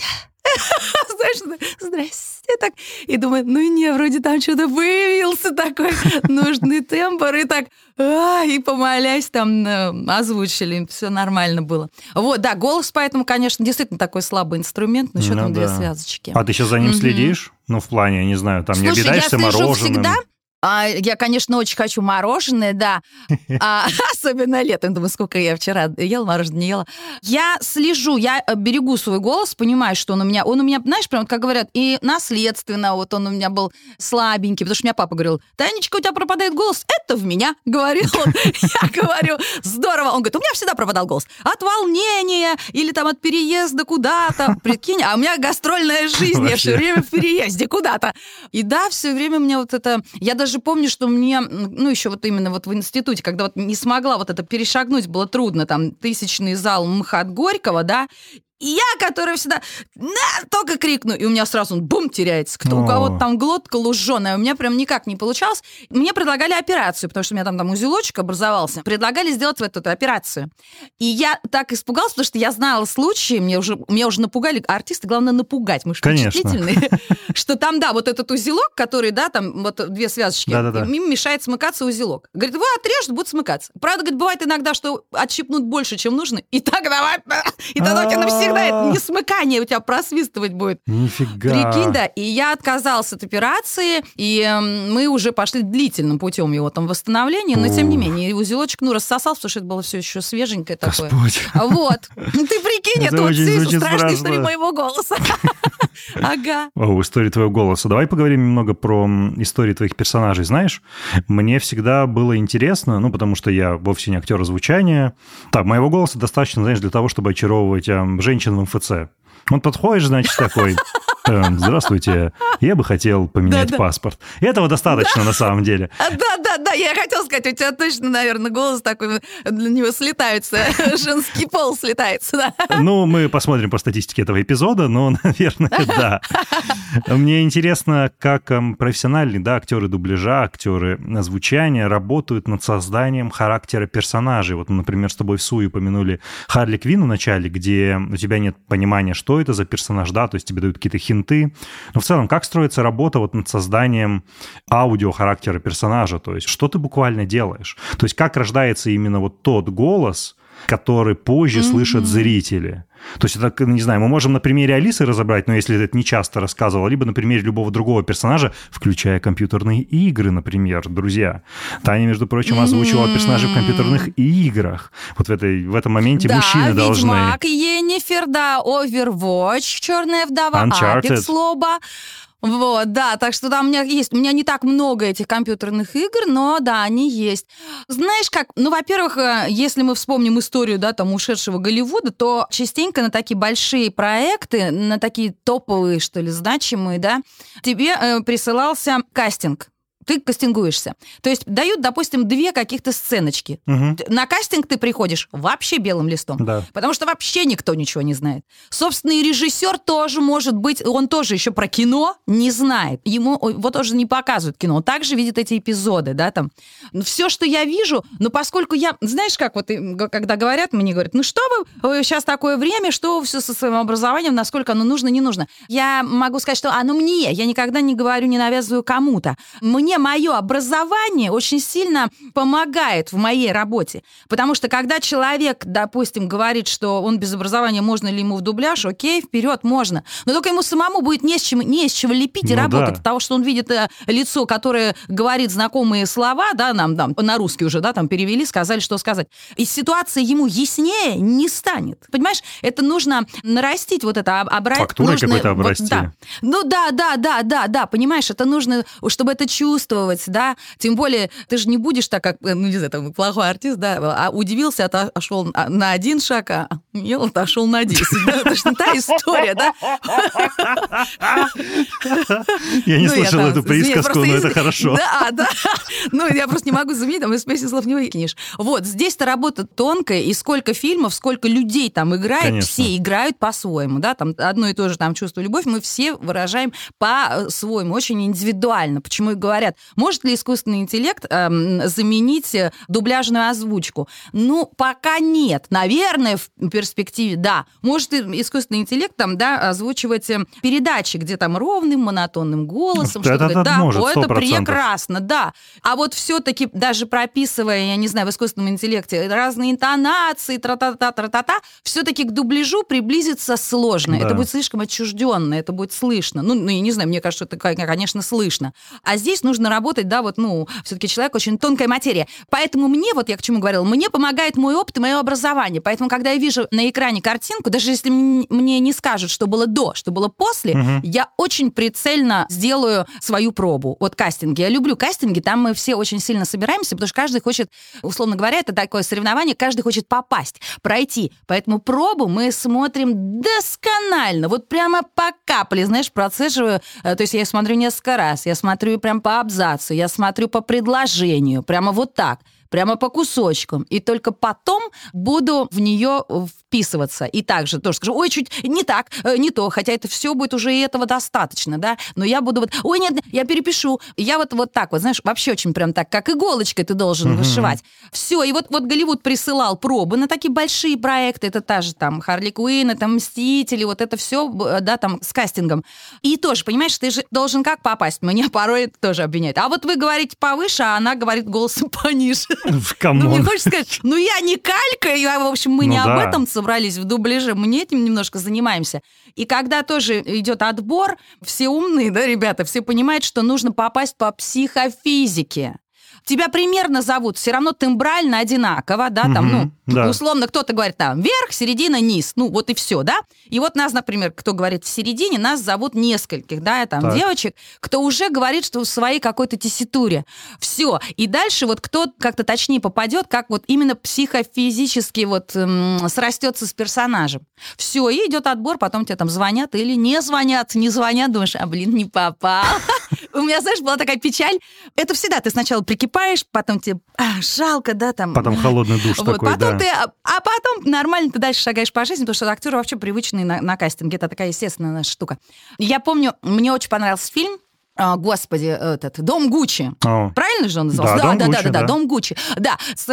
Знаешь, здрасте. Так. И думаю, вроде там что-то появился такой нужный тембр. И так, и помолясь, там озвучили, все нормально было. Вот, да, голос, поэтому, конечно, действительно такой слабый инструмент, но еще там 2 связочки. А ты сейчас за ним следишь? Ну, в плане, я не знаю, там не объедаешься мороженым? Слушай, я слежу всегда. Я, конечно, очень хочу мороженое, да. Особенно летом. Думаю, сколько я вчера ела мороженое, не ела. Я слежу, я берегу свой голос, понимаю, что он у меня, знаешь, прям, как говорят, и наследственно, вот он у меня был слабенький, потому что у меня папа говорил, Танечка, у тебя пропадает голос, это в меня, говорил он. Я говорю, здорово. Он говорит, у меня всегда пропадал голос. От волнения или там от переезда куда-то. Прикинь, а у меня гастрольная жизнь, я все время в переезде куда-то. И да, все время у меня вот это... Я даже помню, что мне, еще вот именно вот в институте, когда вот не смогла вот это перешагнуть, было трудно, там, 1000-й зал МХАТ Горького, да, и я, которая всегда только крикну, и у меня сразу бум, теряется. У кого-то там глотка луженая, у меня прям никак не получалось. Мне предлагали операцию, потому что у меня там узелочек образовался. Предлагали сделать эту операцию. И я так испугалась, потому что я знала случаи, меня уже напугали, артисты, главное, напугать, мы же впечатлительные, что там, да, вот этот узелок, который, да, там вот 2 связочки, им мешает смыкаться узелок. Говорит, вы отрежут, будет смыкаться. Правда, говорит, бывает иногда, что отщипнут больше, чем нужно, и так давай, и тогда у тебя навсегда это не смыкание у тебя просвистывать будет. Нифига. Прикинь, да. И я отказалась от операции, и мы уже пошли длительным путем его там восстановления, но тем не менее, узелочек, рассосался, потому что это было все еще свеженькое такое. Господь. Вот. Ты прикинь, это вот страшная история моего голоса. Ага. История твоего голоса. Давай поговорим немного про истории твоих персонажей. Знаешь, мне всегда было интересно, потому что я вовсе не актер звучания. Так, моего голоса достаточно, знаешь, для того, чтобы очаровывать женщин в МФЦ. Вот подходишь, значит, такой... Здравствуйте, я бы хотел поменять паспорт. И этого достаточно на самом деле. Да, я хотела сказать, у тебя точно, наверное, голос такой, для него слетается, женский пол слетается, да. Мы посмотрим по статистике этого эпизода, но, наверное, да. Мне интересно, как профессиональные, актеры дубляжа, актеры звучания работают над созданием характера персонажей. Вот, например, с тобой в Суе упомянули Харли Квинн в начале, где у тебя нет понимания, что это за персонаж, да, то есть тебе дают какие-то хинты. Но в целом, как строится работа вот над созданием аудиохарактера персонажа? То есть, что ты буквально делаешь? То есть, как рождается именно вот тот голос, который позже слышат зрители? То есть, это, не знаю, мы можем на примере Алисы разобрать, но если это не часто рассказывал, либо на примере любого другого персонажа, включая компьютерные игры, например, друзья. Таня, между прочим, озвучивала персонажей в компьютерных играх. Вот в этом моменте мужчины должны... Да, Ведьмак, Йеннифер, да, Overwatch, Черная вдова, Apex, Лоба. Вот, да, так что там у меня есть. У меня не так много этих компьютерных игр, но да, они есть. Знаешь как, во-первых, если мы вспомним историю, да, там, ушедшего Голливуда, то частенько на такие большие проекты, на такие топовые, что ли, значимые, да, тебе присылался кастинг. Ты кастингуешься. То есть дают, допустим, 2 каких-то сценочки. На кастинг ты приходишь вообще белым листом. Да. Потому что вообще никто ничего не знает. Собственно, и режиссер тоже может быть, он тоже еще про кино не знает. Ему вот тоже не показывают кино. Он также видит эти эпизоды, да, там. Все, что я вижу, поскольку я... Знаешь, как вот, когда мне говорят, что вы сейчас такое время, что вы все со своим образованием, насколько оно нужно, не нужно. Я могу сказать, что оно мне. Я никогда не говорю, не навязываю кому-то. Мне мое образование очень сильно помогает в моей работе. Потому что когда человек, допустим, говорит, что он без образования, можно ли ему в дубляж, окей, вперед, можно. Но только ему самому будет не с чего лепить и работать. От того, что он видит лицо, которое говорит знакомые слова, да, нам на русский уже, да, там перевели, сказали, что сказать. И ситуация ему яснее не станет. Понимаешь, это нужно нарастить вот это фактурой какой-то обрасти. Да, понимаешь, это нужно, чтобы это чувствовать, да, тем более ты же не будешь так, как, не знаю, там, плохой артист, да, а удивился, отошел на 1 шаг, а отошел на 10, да, это же не та история, да? Я не слышал эту присказку, но это хорошо. Да, я просто не могу заменить, там из песни слов не выкинешь. Вот, здесь-то работа тонкая, и сколько фильмов, сколько людей там играет, конечно. Все играют по-своему, да, там одно и то же там чувство, любовь, мы все выражаем по-своему, очень индивидуально, почему и говорят, говорят, может ли искусственный интеллект заменить дубляжную озвучку? Ну, пока нет. Наверное, в перспективе, да. Может искусственный интеллект там, да, озвучивать передачи, где там ровным, монотонным голосом. Это может, 100%. Это прекрасно, да. А вот все-таки даже прописывая, я не знаю, в искусственном интеллекте разные интонации, тра-та-та-та-та-та, все-таки к дубляжу приблизиться сложно. Да. Это будет слишком отчужденно, это будет слышно. Ну, я не знаю, мне кажется, это, конечно, слышно. А здесь нужно работать, да, вот, все-таки человек очень тонкая материя. Поэтому мне, вот я к чему говорила, мне помогает мой опыт и мое образование. Поэтому, когда я вижу на экране картинку, даже если мне не скажут, что было до, что было после, я очень прицельно сделаю свою пробу. Вот кастинги. Я люблю кастинги, там мы все очень сильно собираемся, потому что каждый хочет, условно говоря, это такое соревнование, каждый хочет попасть, пройти. Поэтому пробу мы смотрим досконально, вот прямо по капле, знаешь, процеживаю. То есть я смотрю несколько раз, я смотрю прям по абзацу, я смотрю по предложению, прямо вот так. Прямо по кусочкам. И только потом буду в нее вписываться. И также тоже скажу, ой, чуть не так, не то, хотя это все будет уже и этого достаточно, да, но я буду вот, ой, нет, я перепишу. Я вот так вот, знаешь, вообще очень прям так, как иголочкой ты должен вышивать. Все, и вот Голливуд присылал пробы на такие большие проекты, это та же там Харли Квинн, это Мстители, вот это все, да, там с кастингом. И тоже, понимаешь, ты же должен как попасть? Меня порой тоже обвиняют. А вот вы говорите повыше, а она говорит голосом пониже. Ну, мне хочется сказать, я не калька, в общем, мы не об этом собрались в дубляже, мы этим немножко занимаемся. И когда тоже идет отбор, все умные, да, ребята, все понимают, что нужно попасть по психофизике. Тебя примерно зовут все равно тембрально одинаково, да, там, условно, кто-то говорит там верх, середина, низ, вот и все, да. И вот нас, например, кто говорит в середине, нас зовут нескольких, да, там, девочек, кто уже говорит, что в своей какой-то тесситуре. Все. И дальше вот кто как-то точнее попадет, как вот именно психофизически вот срастется с персонажем. Все, и идет отбор, потом тебе там звонят или не звонят, думаешь, не попал. У меня, знаешь, была такая печаль. Это всегда ты сначала прикипаешь, потом тебе жалко, да, там. Потом холодный душ вот, такой, потом да. А потом нормально ты дальше шагаешь по жизни, потому что актеры вообще привычные на кастинге. Это такая естественная наша штука. Я помню, мне очень понравился фильм, господи, этот «Дом Гуччи». Правильно же он назывался? Да, «Дом Гуччи». Да, с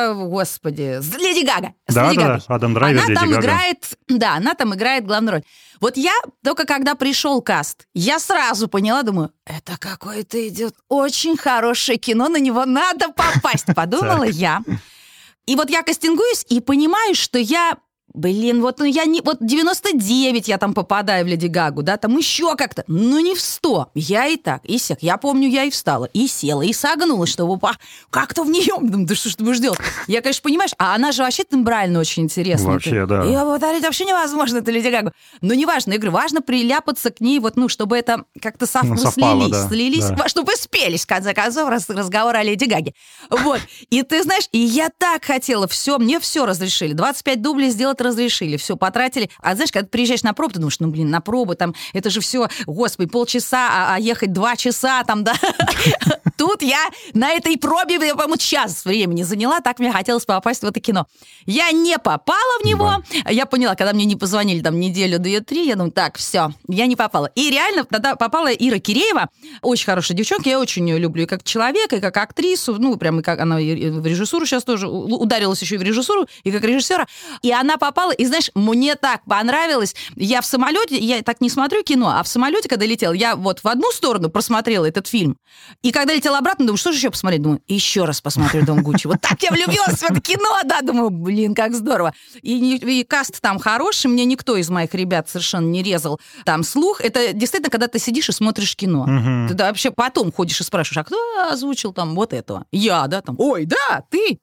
Леди Гага. Да, Адам Драйвер, Леди Гага. Она там играет главную роль. Вот я только когда пришел каст, я сразу поняла, думаю, это какое-то идет очень хорошее кино, на него надо попасть, подумала я. И вот я кастингуюсь и понимаю, что я... я не... Вот 99 я там попадаю в Леди Гагу, да, там еще как-то, не в 100. Я и так, и сяк. Я помню, я и встала, и села, и согнулась, чтобы как-то в нее... Думаю, да что ж ты будешь делать? Я, конечно, понимаешь, а она же вообще тембрально очень интересная. Вообще, да. Ее повторить вообще невозможно, это Леди Гагу. Но неважно, я говорю, важно приляпаться к ней, чтобы это как-то совпало, слились, да. чтобы спелись, в конце концов, разговор о Леди Гаге. Вот. И ты знаешь, и я так хотела мне все разрешили. 25 дублей сделать разрешили, все, потратили. А знаешь, когда ты приезжаешь на пробу, ты думаешь, на пробу там, это же все, господи, полчаса, а ехать 2 часа там, да. Тут я на этой пробе, я, по-моему, час времени заняла, так мне хотелось попасть в это кино. Я не попала в него, я поняла, когда мне не позвонили там неделю, 2-3, я думаю, так, все, я не попала. И реально тогда попала Ира Киреева, очень хорошая девчонка, я очень ее люблю и как человека, и как актрису, прям и как она и в режиссуру сейчас тоже ударилась еще и в режиссуру, и как режиссера, и она попала, и знаешь, мне так понравилось, я в самолете, я так не смотрю кино, а в самолете, когда летела, я вот в одну сторону просмотрела этот фильм, и когда летела обратно, думаю, что же еще посмотреть? Думаю, еще раз посмотрю «Дом Гуччи». Вот так я влюбилась в это кино, да, думаю, как здорово. И каст там хороший, мне никто из моих ребят совершенно не резал там слух. Это действительно, когда ты сидишь и смотришь кино. Ты вообще потом ходишь и спрашиваешь, а кто озвучил там вот этого? Я, да, там, ой, да, ты.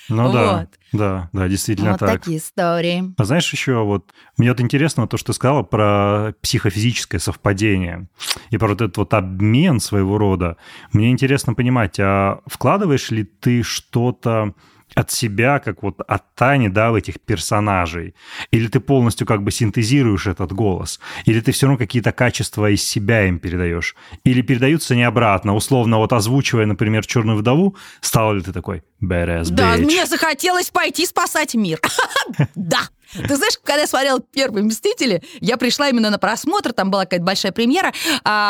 Да, действительно вот так. Вот такие истории. А знаешь, еще мне интересно то, что ты сказала про психофизическое совпадение и про вот этот обмен своего рода. Мне интересно понимать, а вкладываешь ли ты что-то от себя, как от Тани, да, в этих персонажей? Или ты полностью как бы синтезируешь этот голос? Или ты все равно какие-то качества из себя им передаешь? Или передаются не обратно? Условно, озвучивая, например, «Черную вдову», стала ли ты такой badass bitch? Да, мне захотелось пойти спасать мир. Да. Ты знаешь, когда я смотрела «Первые Мстители», я пришла именно на просмотр, там была какая-то большая премьера,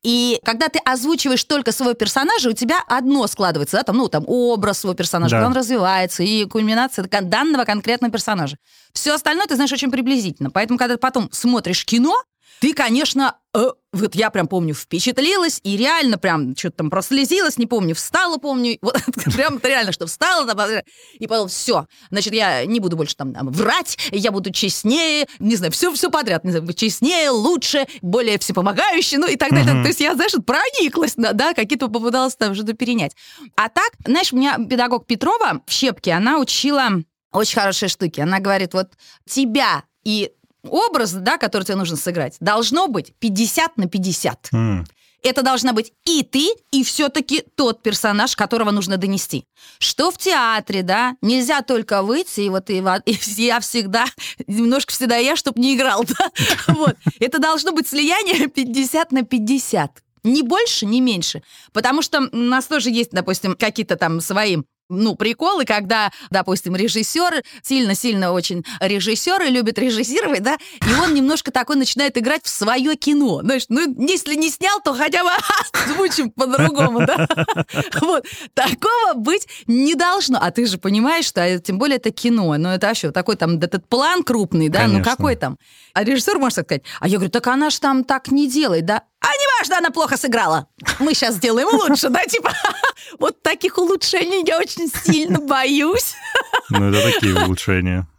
И когда ты озвучиваешь только своего персонажа, у тебя одно складывается, да, там образ своего персонажа, да. Он развивается, и кульминация данного конкретного персонажа. Все остальное ты знаешь очень приблизительно. Поэтому, когда ты потом смотришь кино, ты, конечно, вот я прям помню, впечатлилась, и реально прям что-то там прослезилась, не помню, встала, помню, вот прям реально, что встала, и потом все. Значит, я не буду больше там врать, я буду честнее, не знаю, все подряд, не знаю, честнее, лучше, более всепомогающей, ну и так далее. То есть я, знаешь, прониклась, да, какие-то попыталась там что-то перенять. А так, знаешь, у меня педагог Петрова в Щепке, она учила очень хорошие штуки. Она говорит, вот тебя и образ, да, который тебе нужно сыграть, должно быть 50/50. Это должна быть и ты, и все-таки тот персонаж, которого нужно донести. Что в театре, да, нельзя только выйти, и вот и я всегда, немножко всегда я, чтобы не играл, да, вот. Это должно быть слияние 50/50. Ни больше, ни меньше. Потому что у нас тоже есть, допустим, какие-то там свои приколы, когда, допустим, режиссер, сильно-сильно очень режиссеры любят режиссировать, да, и он немножко такой начинает играть в свое кино. Знаешь, если не снял, то хотя бы озвучим по-другому, да. Вот. Такого быть не должно. А ты же понимаешь, что, тем более, это кино, это вообще такой там этот план крупный, да, Конечно. какой там. А режиссер может сказать, а я говорю, так она же там так не делает, да. А неважно, она плохо сыграла. Мы сейчас сделаем лучше, да, типа. Вот таких улучшений я очень сильно боюсь. Это такие улучшения.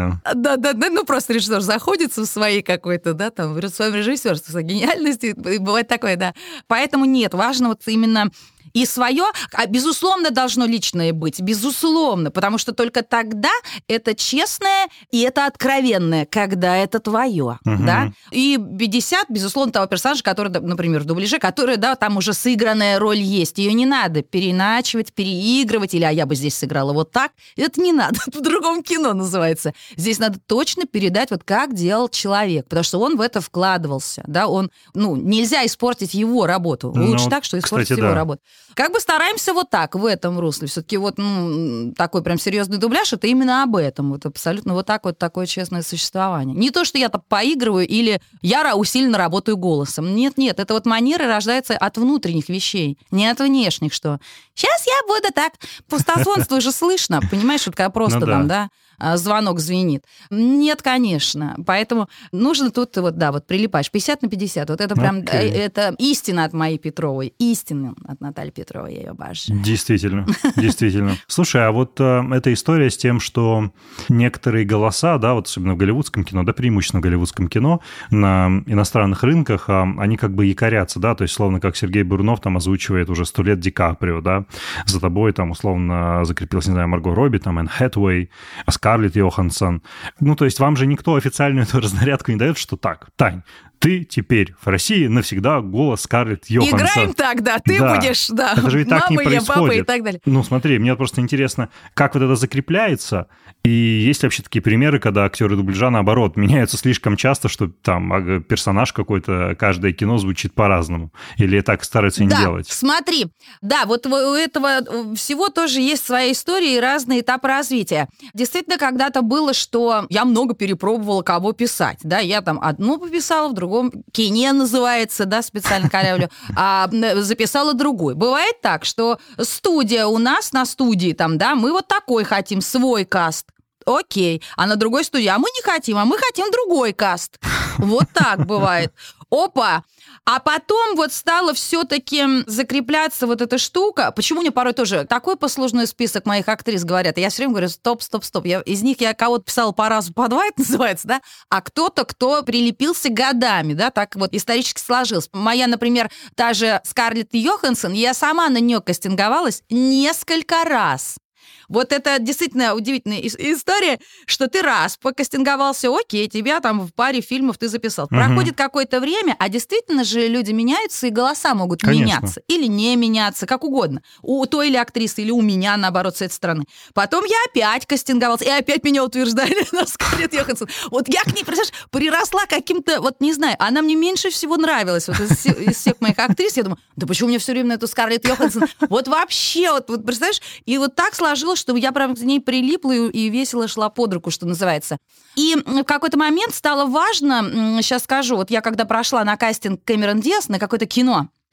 Да, просто режиссер заходится в своей какой-то, да, там, в своем режиссерстве, гениальности, бывает такое, да. Поэтому нет, важно вот именно и свое, безусловно, должно личное быть, безусловно, потому что только тогда это честное и это откровенное, когда это твое, да. И 50, безусловно, того персонажа, который, например, в дубляже, который, да, там уже сыгранная роль есть, ее не надо переначивать, переигрывать, или я бы здесь сыграла вот так, это не надо, в другом кино называется. Здесь надо точно передать, вот как делал человек, потому что он в это вкладывался, да, нельзя испортить его работу, лучше так, что испортить его работу. Как бы стараемся вот так, в этом русле. Все-таки такой прям серьезный дубляж, это именно об этом. Вот абсолютно вот так вот такое честное существование. Не то, что я там поигрываю или я усиленно работаю голосом. Нет, это вот манеры рождаются от внутренних вещей, не от внешних, что сейчас я буду так. Пустословство же слышно, понимаешь, вот когда просто там, да, звонок звенит. Нет, конечно. Поэтому нужно тут прилипаешь 50/50. Вот это прям, это истина от моей Петровой. Истина от Натальи Петровой, я ее обожаю. Действительно. Слушай, а вот эта история с тем, что некоторые голоса, да, вот особенно в голливудском кино, да, преимущественно в голливудском кино, на иностранных рынках, они как бы якорятся, да, то есть, словно как Сергей Бурунов там озвучивает уже 100 лет Ди Каприо, да, за тобой там условно закрепилась, не знаю, Марго Робби, там, Энн Хэтэуэй, Скарлетт Йоханссон. То есть вам же никто официальную эту разнарядку не дает, что так, Тань, ты теперь в России навсегда голос Скарлетт Йоханссон. Играем так, да, ты будешь, да, это же и так не происходит. Папа и так далее. Смотри, мне просто интересно, как вот это закрепляется, и есть ли вообще такие примеры, когда актеры дубляжа, наоборот, меняются слишком часто, что там персонаж какой-то, каждое кино звучит по-разному, или так стараются не делать? Смотри, да, вот у этого всего тоже есть своя история и разные этапы развития. Действительно, когда-то было, что я много перепробовала, кого писать, да, я там одну пописала, в другом кине называется, да, специально корявлю, а записала другой. Бывает так, что студия у нас на студии, там, да, мы вот такой хотим, свой каст. Окей. А на другой студии, а мы не хотим, а мы хотим другой каст. Вот так бывает. Опа! А потом вот стала все-таки закрепляться вот эта штука. Почему мне порой тоже такой послужной список моих актрис говорят? Я все время говорю, стоп. Из них я кого-то писала по разу, по два, это называется, да? А кто-то, кто прилепился годами, да, так вот исторически сложилось. Моя, например, та же Скарлетт Йоханссон, я сама на нее кастинговалась несколько раз. Вот это действительно удивительная история, что ты раз покастинговался, окей, тебя там в паре фильмов ты записал. Проходит какое-то время, а действительно же люди меняются, и голоса могут меняться или не меняться, как угодно. У той или актрисы, или у меня, наоборот, с этой стороны. Потом я опять кастинговался, и опять меня утверждали на Скарлетт Йоханссон. Вот я к ней, представляешь, приросла каким-то, вот не знаю, она мне меньше всего нравилась вот из всех моих актрис. Я думаю, да почему мне все время на эту Скарлетт Йоханссон? Вот вообще, вот представляешь, и вот так сложилось, что я прям к ней прилипла и весело шла под руку, что называется. И в какой-то момент стало важно, сейчас скажу, вот я когда прошла на кастинг Кэмерон Диас на какое-то кино,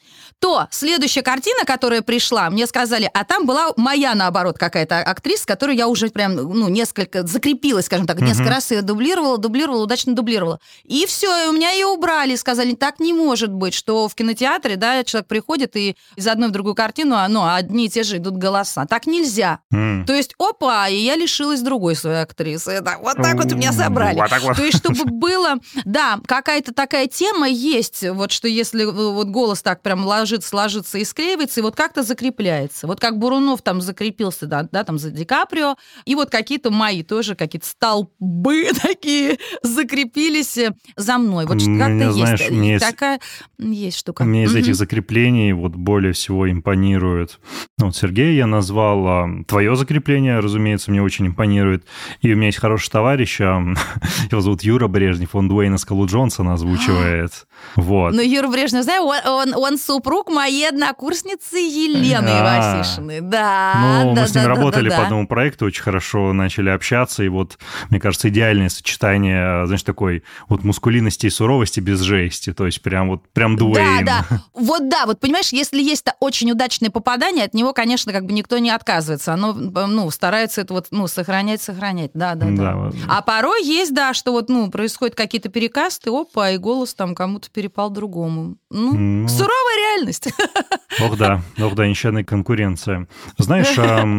то следующая картина, которая пришла, мне сказали, а там была моя, наоборот, какая-то актриса, которую я уже прям, несколько закрепилась, скажем так, несколько раз ее дублировала, удачно дублировала. И все, и у меня ее убрали, сказали, так не может быть, что в кинотеатре, да, человек приходит, и из одной в другую картину, одни и те же идут голоса. Так нельзя. То есть, опа, и я лишилась другой своей актрисы. Это вот так вот меня забрали. Вот так вот. То есть, чтобы было, да, какая-то такая тема есть, вот что если вот голос так прям ложится и склеивается, и вот как-то закрепляется. Вот как Бурунов там закрепился, да, там за Ди Каприо, и вот какие-то мои тоже, какие-то столбы такие закрепились за мной. Вот как-то есть. Такая есть штука. Мне из этих закреплений вот более всего импонирует. Вот Сергея я назвал, твое закрепление, разумеется, мне очень импонирует. И у меня есть хороший товарищ, его зовут Юра Брежнев, он Дуэйна Скалу Джонсона озвучивает. Вот. Ну, Юра Брежнев, знаю, он супруг моей однокурсницы Елены Васишиной. Да, мы с ним работали по одному проекту, очень хорошо начали общаться, и вот, мне кажется, идеальное сочетание, знаешь, такой вот мускулинности и суровости без жести, то есть прям Дуэйн. Да, вот, понимаешь, если есть очень удачное попадание, от него, конечно, как бы никто не отказывается, оно, старается это вот, сохранять, да. А порой есть, да, что вот, происходят какие-то перекасты, опа, и голос там кому-то перепал другому. Суровая реальность. Ох да, нещадная конкуренция. Знаешь,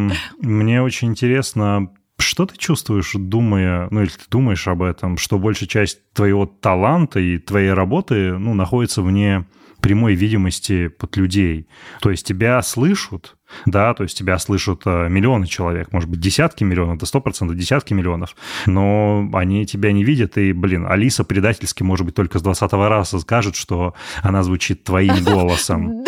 мне очень интересно, что ты чувствуешь, думая, или ты думаешь об этом, что большая часть твоего таланта и твоей работы, находится вне прямой видимости под людей. То есть тебя слышат, да, то есть тебя слышат миллионы человек, может быть, десятки миллионов, до 100% десятки миллионов, но они тебя не видят, и, Алиса предательски, может быть, только с 20-го раза скажет, что она звучит твоим голосом.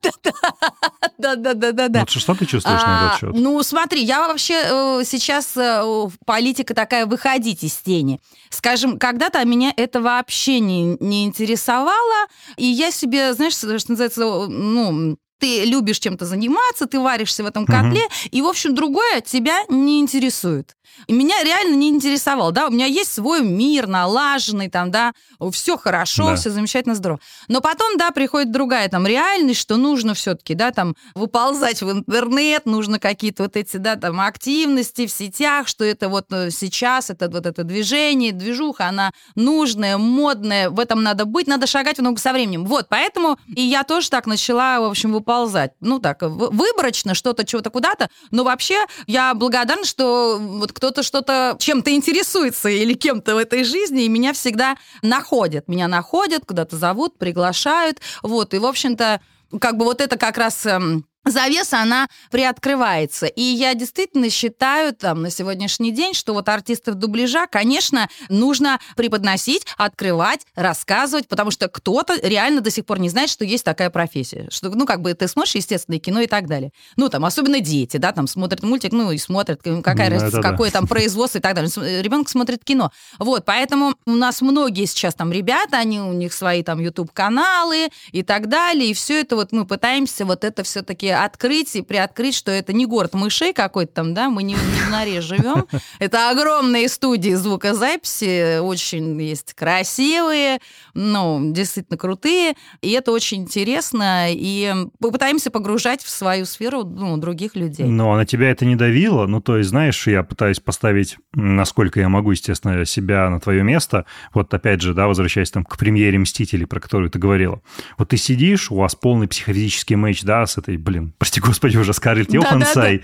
Да. Что ты чувствуешь на этот счет? Смотри, я вообще сейчас политика такая, выходить из тени. Скажем, когда-то меня это вообще не интересовало, и я себе, знаешь, что называется, ты любишь чем-то заниматься, ты варишься в этом котле, и, в общем, другое тебя не интересует. И меня реально не интересовало, да, у меня есть свой мир налаженный, там, да, все хорошо, все замечательно, здорово. Но потом, да, приходит другая там реальность, что нужно все-таки, да, там, выползать в интернет, нужно какие-то вот эти, да, там, активности в сетях, что это вот сейчас, это вот это движение, движуха, она нужная, модная, в этом надо быть, надо шагать в ногу со временем. Вот, поэтому и я тоже так начала, в общем, выползать. Так, выборочно, что-то, чего-то куда-то, но вообще я благодарна, что вот кто-то что-то чем-то интересуется или кем-то в этой жизни, и меня всегда находят. Меня находят, куда-то зовут, приглашают. Вот, и, в общем-то, как бы вот это как раз... завеса, она приоткрывается. И я действительно считаю там на сегодняшний день, что вот артистов дубляжа, конечно, нужно преподносить, открывать, рассказывать, потому что кто-то реально до сих пор не знает, что есть такая профессия. Что, ты смотришь естественное кино и так далее. Там, особенно дети, да, там смотрят мультик, и смотрят, какая разница, какое там производство и так далее. Ребенок смотрит кино. Вот, поэтому у нас многие сейчас там ребята, у них свои там YouTube-каналы и так далее, и все это вот мы пытаемся вот это все-таки открыть и приоткрыть, что это не город мышей какой-то там, да, мы не в норе живем. Это огромные студии звукозаписи, очень есть красивые, действительно крутые, и это очень интересно, и попытаемся погружать в свою сферу других людей. Но на тебя это не давило? То есть, знаешь, я пытаюсь поставить, насколько я могу, естественно, себя на твое место. Вот опять же, да, возвращаясь там к премьере «Мстителей», про которую ты говорила. Вот ты сидишь, у вас полный психофизический матч, да, с этой, прости господи, уже Скарлетт Йоханссон.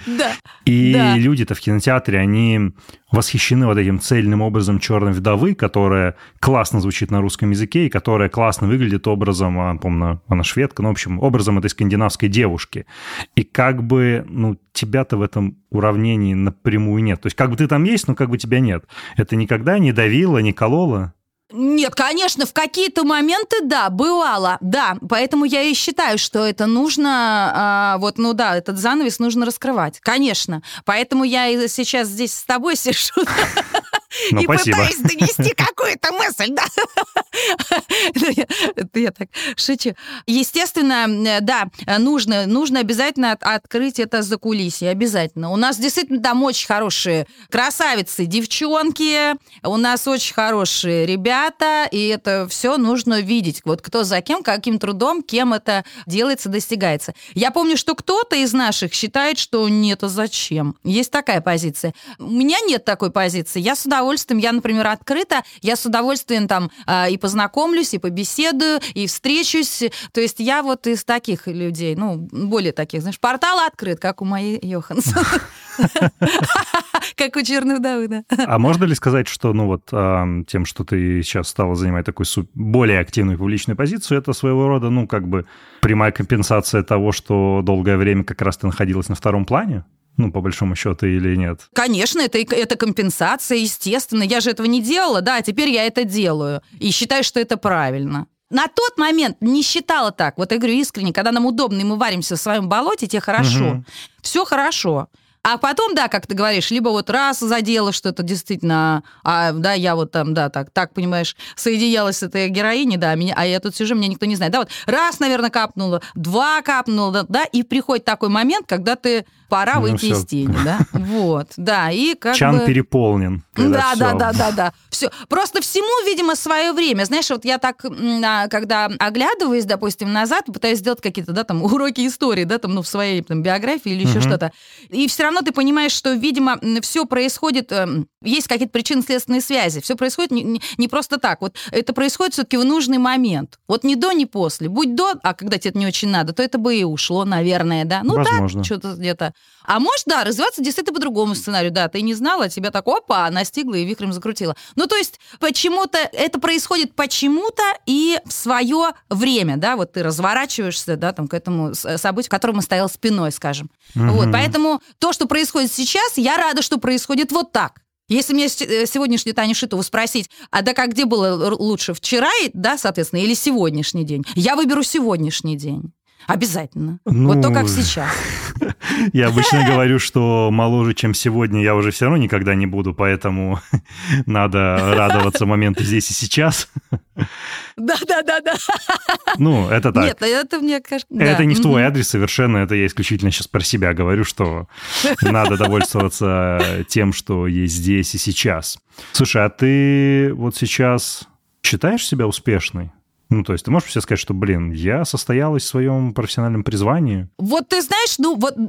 И люди-то в кинотеатре, они восхищены вот этим цельным образом черной вдовы, которая классно звучит на русском языке и которая классно выглядит образом, помню, она шведка, в общем, образом этой скандинавской девушки. И как бы, тебя-то в этом уравнении напрямую нет. То есть как бы ты там есть, но как бы тебя нет. Это никогда не давило, не кололо? Нет, конечно, в какие-то моменты, да, бывало, да, поэтому я и считаю, что это нужно, этот занавес нужно раскрывать, конечно, поэтому я и сейчас здесь с тобой сижу, Ну, и спасибо. пытаюсь донести какую-то мысль, да. Это я так шучу. Естественно, да, нужно обязательно открыть это закулисье, обязательно. У нас действительно там очень хорошие красавицы, девчонки, у нас очень хорошие ребята, и это все нужно видеть. Вот кто за кем, каким трудом, кем это делается, достигается. Я помню, что кто-то из наших считает, что нет, а зачем? Есть такая позиция. У меня нет такой позиции. Я с удовольствием, я, например, открыта, я с удовольствием там и познакомлюсь, и побеседую, и встречусь. То есть я вот из таких людей, ну, более таких, знаешь, портал открыт, как у моей Йоханссон. Как у черной вдовы, да. А можно ли сказать, что, ну вот, тем, что ты сейчас стала занимать такую более активную публичную позицию, это своего рода, ну, как бы прямая компенсация того, что долгое время как раз ты находилась на втором плане? Ну, по большому счету, или нет? Конечно, это компенсация, естественно. Я же этого не делала, да, а теперь я это делаю. И считаю, что это правильно. На тот момент не считала так. Вот я говорю искренне, когда нам удобно, и мы варимся в своем болоте, тебе хорошо. Все хорошо. А потом, да, как ты говоришь, либо вот раз задело что-то действительно, да, я вот там, да, так, понимаешь, соединялась с этой героиней, да, а я тут сижу, меня никто не знает. Да, вот раз, наверное, капнула, два капнула, да, и приходит такой момент, когда ты пора выйти из тени, да, вот, да, и как Чан бы... переполнен. Да, все. Просто всему, видимо, свое время. Знаешь, вот я так, когда оглядываюсь, допустим, назад, пытаюсь сделать какие-то, да, там, уроки истории, да, там, ну, в своей там, биографии или еще что-то, и все равно ты понимаешь, что, видимо, все происходит, есть какие-то причинно-следственные связи, все происходит не просто так, вот это происходит все-таки в нужный момент, вот не до, не после, будь до, а когда тебе это не очень надо, то это бы и ушло, наверное, да, ну возможно. Так, что-то где-то. А может, да, развиваться действительно по другому сценарию, да, ты не знала, тебя так, опа, настигла и вихрем закрутила. Ну, то есть, почему-то, это происходит почему-то и в свое время, да, вот ты разворачиваешься, да, там, к этому событию, к которому стоял спиной, скажем. Вот, поэтому то, что происходит сейчас, я рада, что происходит вот так. Если мне сегодняшнюю Таню Шитову спросить, а да как, где было лучше, вчера, да, соответственно, или сегодняшний день, я выберу сегодняшний день. Обязательно. Ну, вот то, как сейчас. Я обычно говорю, что моложе, чем сегодня, я уже все равно никогда не буду, поэтому надо радоваться моменту здесь и сейчас. Да. Ну, это так. Нет, это мне кажется... Это не в твой адрес совершенно, это я исключительно сейчас про себя говорю, что надо довольствоваться тем, что есть здесь и сейчас. Слушай, а ты вот сейчас считаешь себя успешной? Ну, то есть ты можешь себе сказать, что, блин, я состоялась в своем профессиональном призвании? Вот ты знаешь,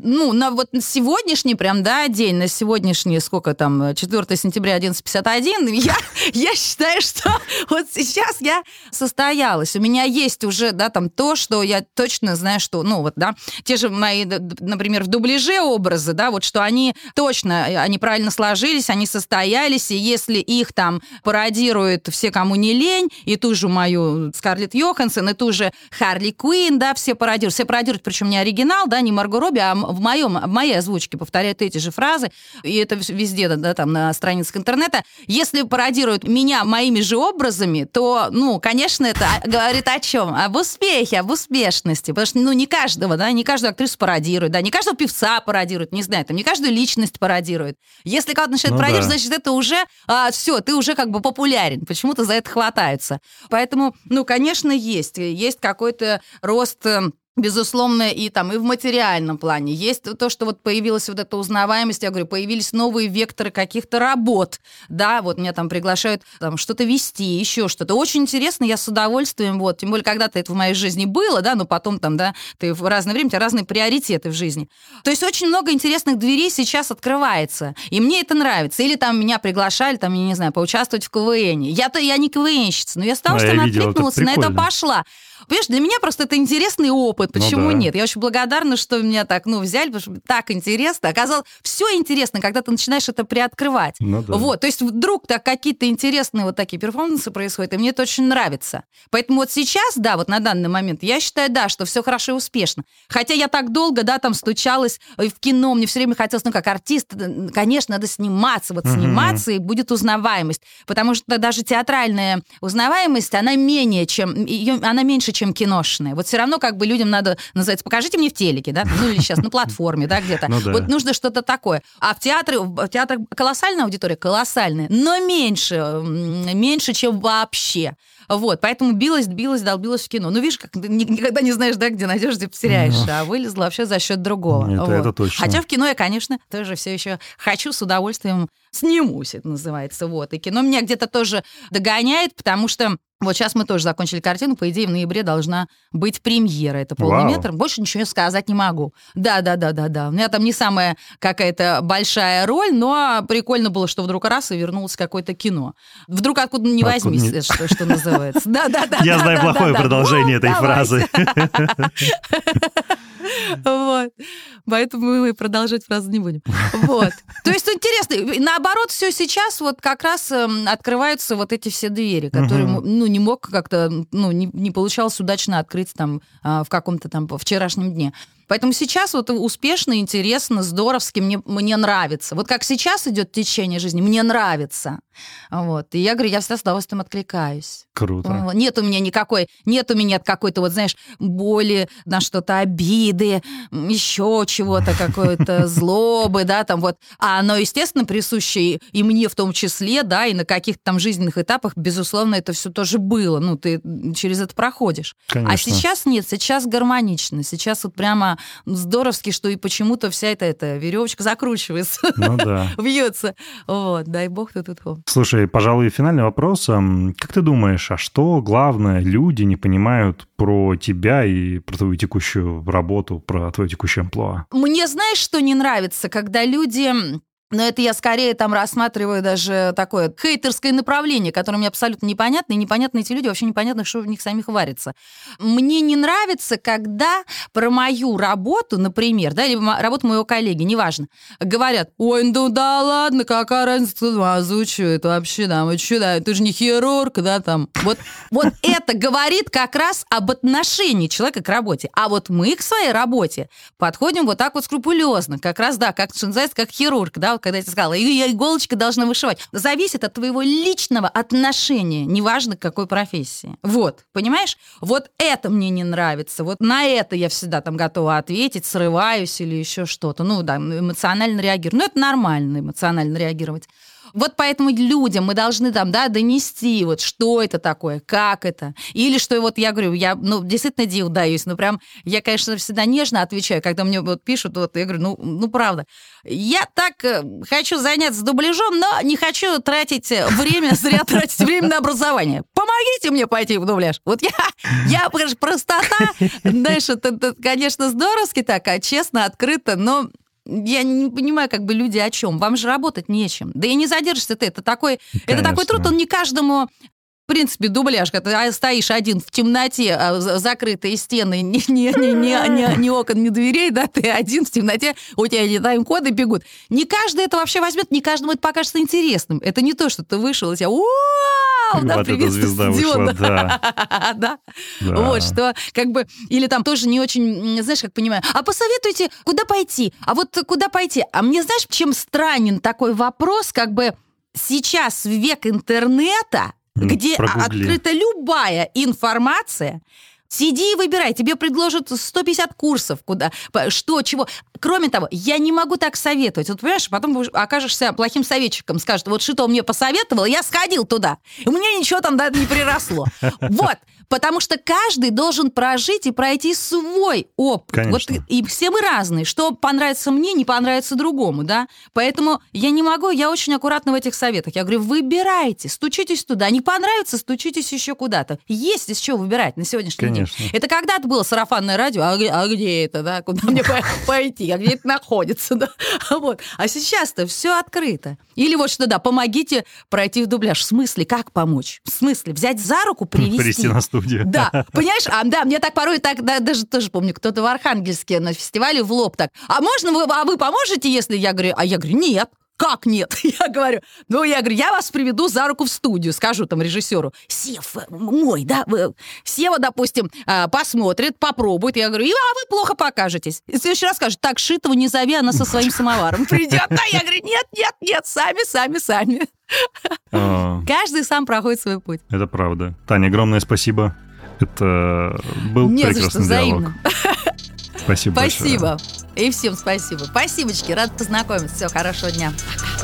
на сегодняшний прям, да, день, на сегодняшний, сколько там, 4 сентября 11:51, я считаю, что вот сейчас я состоялась. У меня есть уже, да, там то, что я точно знаю, что, ну, вот, да, те же мои, например, в дубляже образы, да, вот, что они точно, они правильно сложились, они состоялись, и если их там пародируют все, кому не лень, и ту же мою Скарлетт Йоханссон, и ту же Харли Квинн, да, все пародируют, причем не оригинал, да, не Марго Робби, а в моей озвучке повторяют эти же фразы, и это везде, да, там, на страницах интернета. Если пародируют меня моими же образами, то, ну, конечно, это говорит о чем? Об успехе, об успешности, потому что, ну, не каждую актрису пародируют, да, не каждого певца пародируют, не знаю, там, не каждую личность пародируют. Если кого-то начинает пародировать, значит, это уже все, ты уже как бы популярен, почему-то за это хватаются. Поэтому, ну, конечно, есть какой-то рост, безусловно, и в материальном плане. Есть то, что вот появилась вот эта узнаваемость, я говорю, появились новые векторы каких-то работ, да, вот меня там приглашают там что-то вести, еще что-то. Очень интересно, я с удовольствием, вот, тем более когда-то это в моей жизни было, да, но потом там, да, ты в разное время, у тебя разные приоритеты в жизни. То есть очень много интересных дверей сейчас открывается, и мне это нравится. Или там меня приглашали, там, я не знаю, поучаствовать в КВН. Я не КВНщица, но я с удовольствием откликнулась, на это пошла. Понимаешь, для меня просто это интересный опыт. Почему нет? Я очень благодарна, что меня так, взяли, потому что так интересно. Оказалось, все интересно, когда ты начинаешь это приоткрывать. Вот, то есть вдруг так какие-то интересные вот такие перформансы происходят, и мне это очень нравится. Поэтому вот сейчас, да, вот на данный момент, я считаю, да, что все хорошо и успешно. Хотя я так долго, да, там стучалась в кино, мне все время хотелось, как артист, конечно, надо сниматься, сниматься, и будет узнаваемость. Потому что даже театральная узнаваемость, она меньше, чем киношная. Вот все равно как бы людям надо, называется, покажите мне в телеке, да, ну или сейчас на платформе, да, где-то. Ну, да. Вот нужно что-то такое. А в театре колоссальная аудитория, колоссальная, но меньше, чем вообще. Вот, поэтому долбилась в кино. Ну, видишь, как ты никогда не знаешь, да, где найдешь, где потеряешь. А вылезла вообще за счет другого. Это точно. Хотя в кино я, конечно, тоже все еще хочу, с удовольствием снимусь, это называется. Вот. И кино меня где-то тоже догоняет, потому что вот сейчас мы тоже закончили картину, по идее, в ноябре должна быть премьера. Это полный метр. Больше ничего сказать не могу. Да. У меня там не самая какая-то большая роль, но прикольно было, что вдруг раз и вернулось какое-то кино. Вдруг откуда не возьмись, что называется. Да. Я знаю плохое продолжение этой фразы. Вот. Поэтому мы продолжать фразу не будем. Вот. То есть интересно, наоборот, все сейчас вот как раз открываются вот эти все двери, которые, не мог как-то, не получалось удачно открыть там в каком-то там вчерашнем дне. Поэтому сейчас вот успешно, интересно, здоровски, мне нравится. Вот как сейчас идет течение жизни, мне нравится. Вот. И я говорю, я всегда с удовольствием откликаюсь. Круто. Нет у меня какой-то, вот знаешь, боли, на что-то обиды, еще чего-то, какой-то злобы, да, там вот. А оно, естественно, присуще и мне в том числе, да, и на каких-то там жизненных этапах, безусловно, это все тоже было. Ну, ты через это проходишь. Конечно. А сейчас нет, сейчас гармонично, сейчас вот прямо здоровски, что и почему-то вся эта веревочка закручивается, вьется. Вот, дай бог ты тут. Слушай, пожалуй, финальный вопрос. Как ты думаешь, а что главное люди не понимают про тебя и про твою текущую работу, про твое текущее амплуа? Мне, знаешь, что не нравится, когда люди... Но это я скорее там рассматриваю даже такое хейтерское направление, которое мне абсолютно непонятно, и непонятны эти люди, вообще непонятно, что в них самих варится. Мне не нравится, когда про мою работу, например, да, или работу моего коллеги, неважно, говорят, ой, ну да ладно, какая разница, озвучивает вообще, да, вы что, да, ты же не хирург, да, там. Вот это говорит как раз об отношении человека к работе. А вот мы к своей работе подходим вот так вот скрупулезно, как раз, да, как, что называется, как хирург, да, когда я тебе сказала, иголочка должна вышивать. Зависит от твоего личного отношения, неважно к какой профессии. Вот, понимаешь? Вот это мне не нравится. Вот на это я всегда там готова ответить, срываюсь или еще что-то. Ну да, эмоционально реагирую. Ну это нормально, эмоционально реагировать. Вот поэтому людям мы должны там, да, донести, вот что это такое, как это. Или что вот я говорю, я действительно диву даюсь, прям я, конечно, всегда нежно отвечаю, когда мне вот пишут, вот я говорю, правда. Я так хочу заняться дубляжом, но не хочу тратить время, зря тратить время на образование. Помогите мне пойти в дубляж. Вот я простота, знаешь, это, конечно, здоровски так, а честно, открыто, но... Я не понимаю, как бы люди о чем. Вам же работать нечем. Да и не задержишься ты. Это такой труд, он не каждому... В принципе, дубляж, когда ты стоишь один в темноте, закрытые стены, ни окон, ни дверей, да, ты один в темноте, у тебя эти тайм-коды бегут. Не каждый это вообще возьмет, не каждому это покажется интересным. Это не то, что ты вышел, и тебя вау, да, вот эта звезда вышла, да. Вот, что как бы... Или там тоже не очень, знаешь, как понимаю, а посоветуйте, куда пойти? А вот куда пойти? А мне, знаешь, чем странен такой вопрос, как бы сейчас в век интернета, где открыта любая информация, сиди и выбирай. Тебе предложат 150 курсов, куда, что, чего. Кроме того, я не могу так советовать. Вот, понимаешь, потом окажешься плохим советчиком. Скажет, вот что он мне посоветовал, я сходил туда. И у меня ничего там не приросло. Вот. Потому что каждый должен прожить и пройти свой опыт. Конечно. Вот, и все мы разные. Что понравится мне, не понравится другому, да? Поэтому я не могу, я очень аккуратна в этих советах. Я говорю, выбирайте, стучитесь туда. Не понравится, стучитесь еще куда-то. Есть из чего выбирать на сегодняшний день. Это когда-то было сарафанное радио, а где это, да? Куда мне пойти? А где это находится, да? Вот. А сейчас-то все открыто. Или вот что, да, помогите пройти в дубляж. В смысле, как помочь? В смысле, взять за руку, привести на студию. Да, понимаешь? Да, мне так порой, даже тоже помню, кто-то в Архангельске на фестивале в лоб так. А можно вы поможете, если я говорю? А я говорю, нет. Как нет? Я говорю, я вас приведу за руку в студию, скажу там режиссеру. Сев мой, да, Сева, допустим, посмотрит, попробует. Я говорю, а вы плохо покажетесь. И в следующий раз скажет, так, Шитову не зови, она со своим самоваром придет. Да, я говорю, нет, сами. Каждый сам проходит свой путь. Это правда. Таня, огромное спасибо. Это был прекрасный диалог. Спасибо большое. Спасибо. И всем спасибо. Спасибочки, рад познакомиться. Всего хорошего дня. Пока.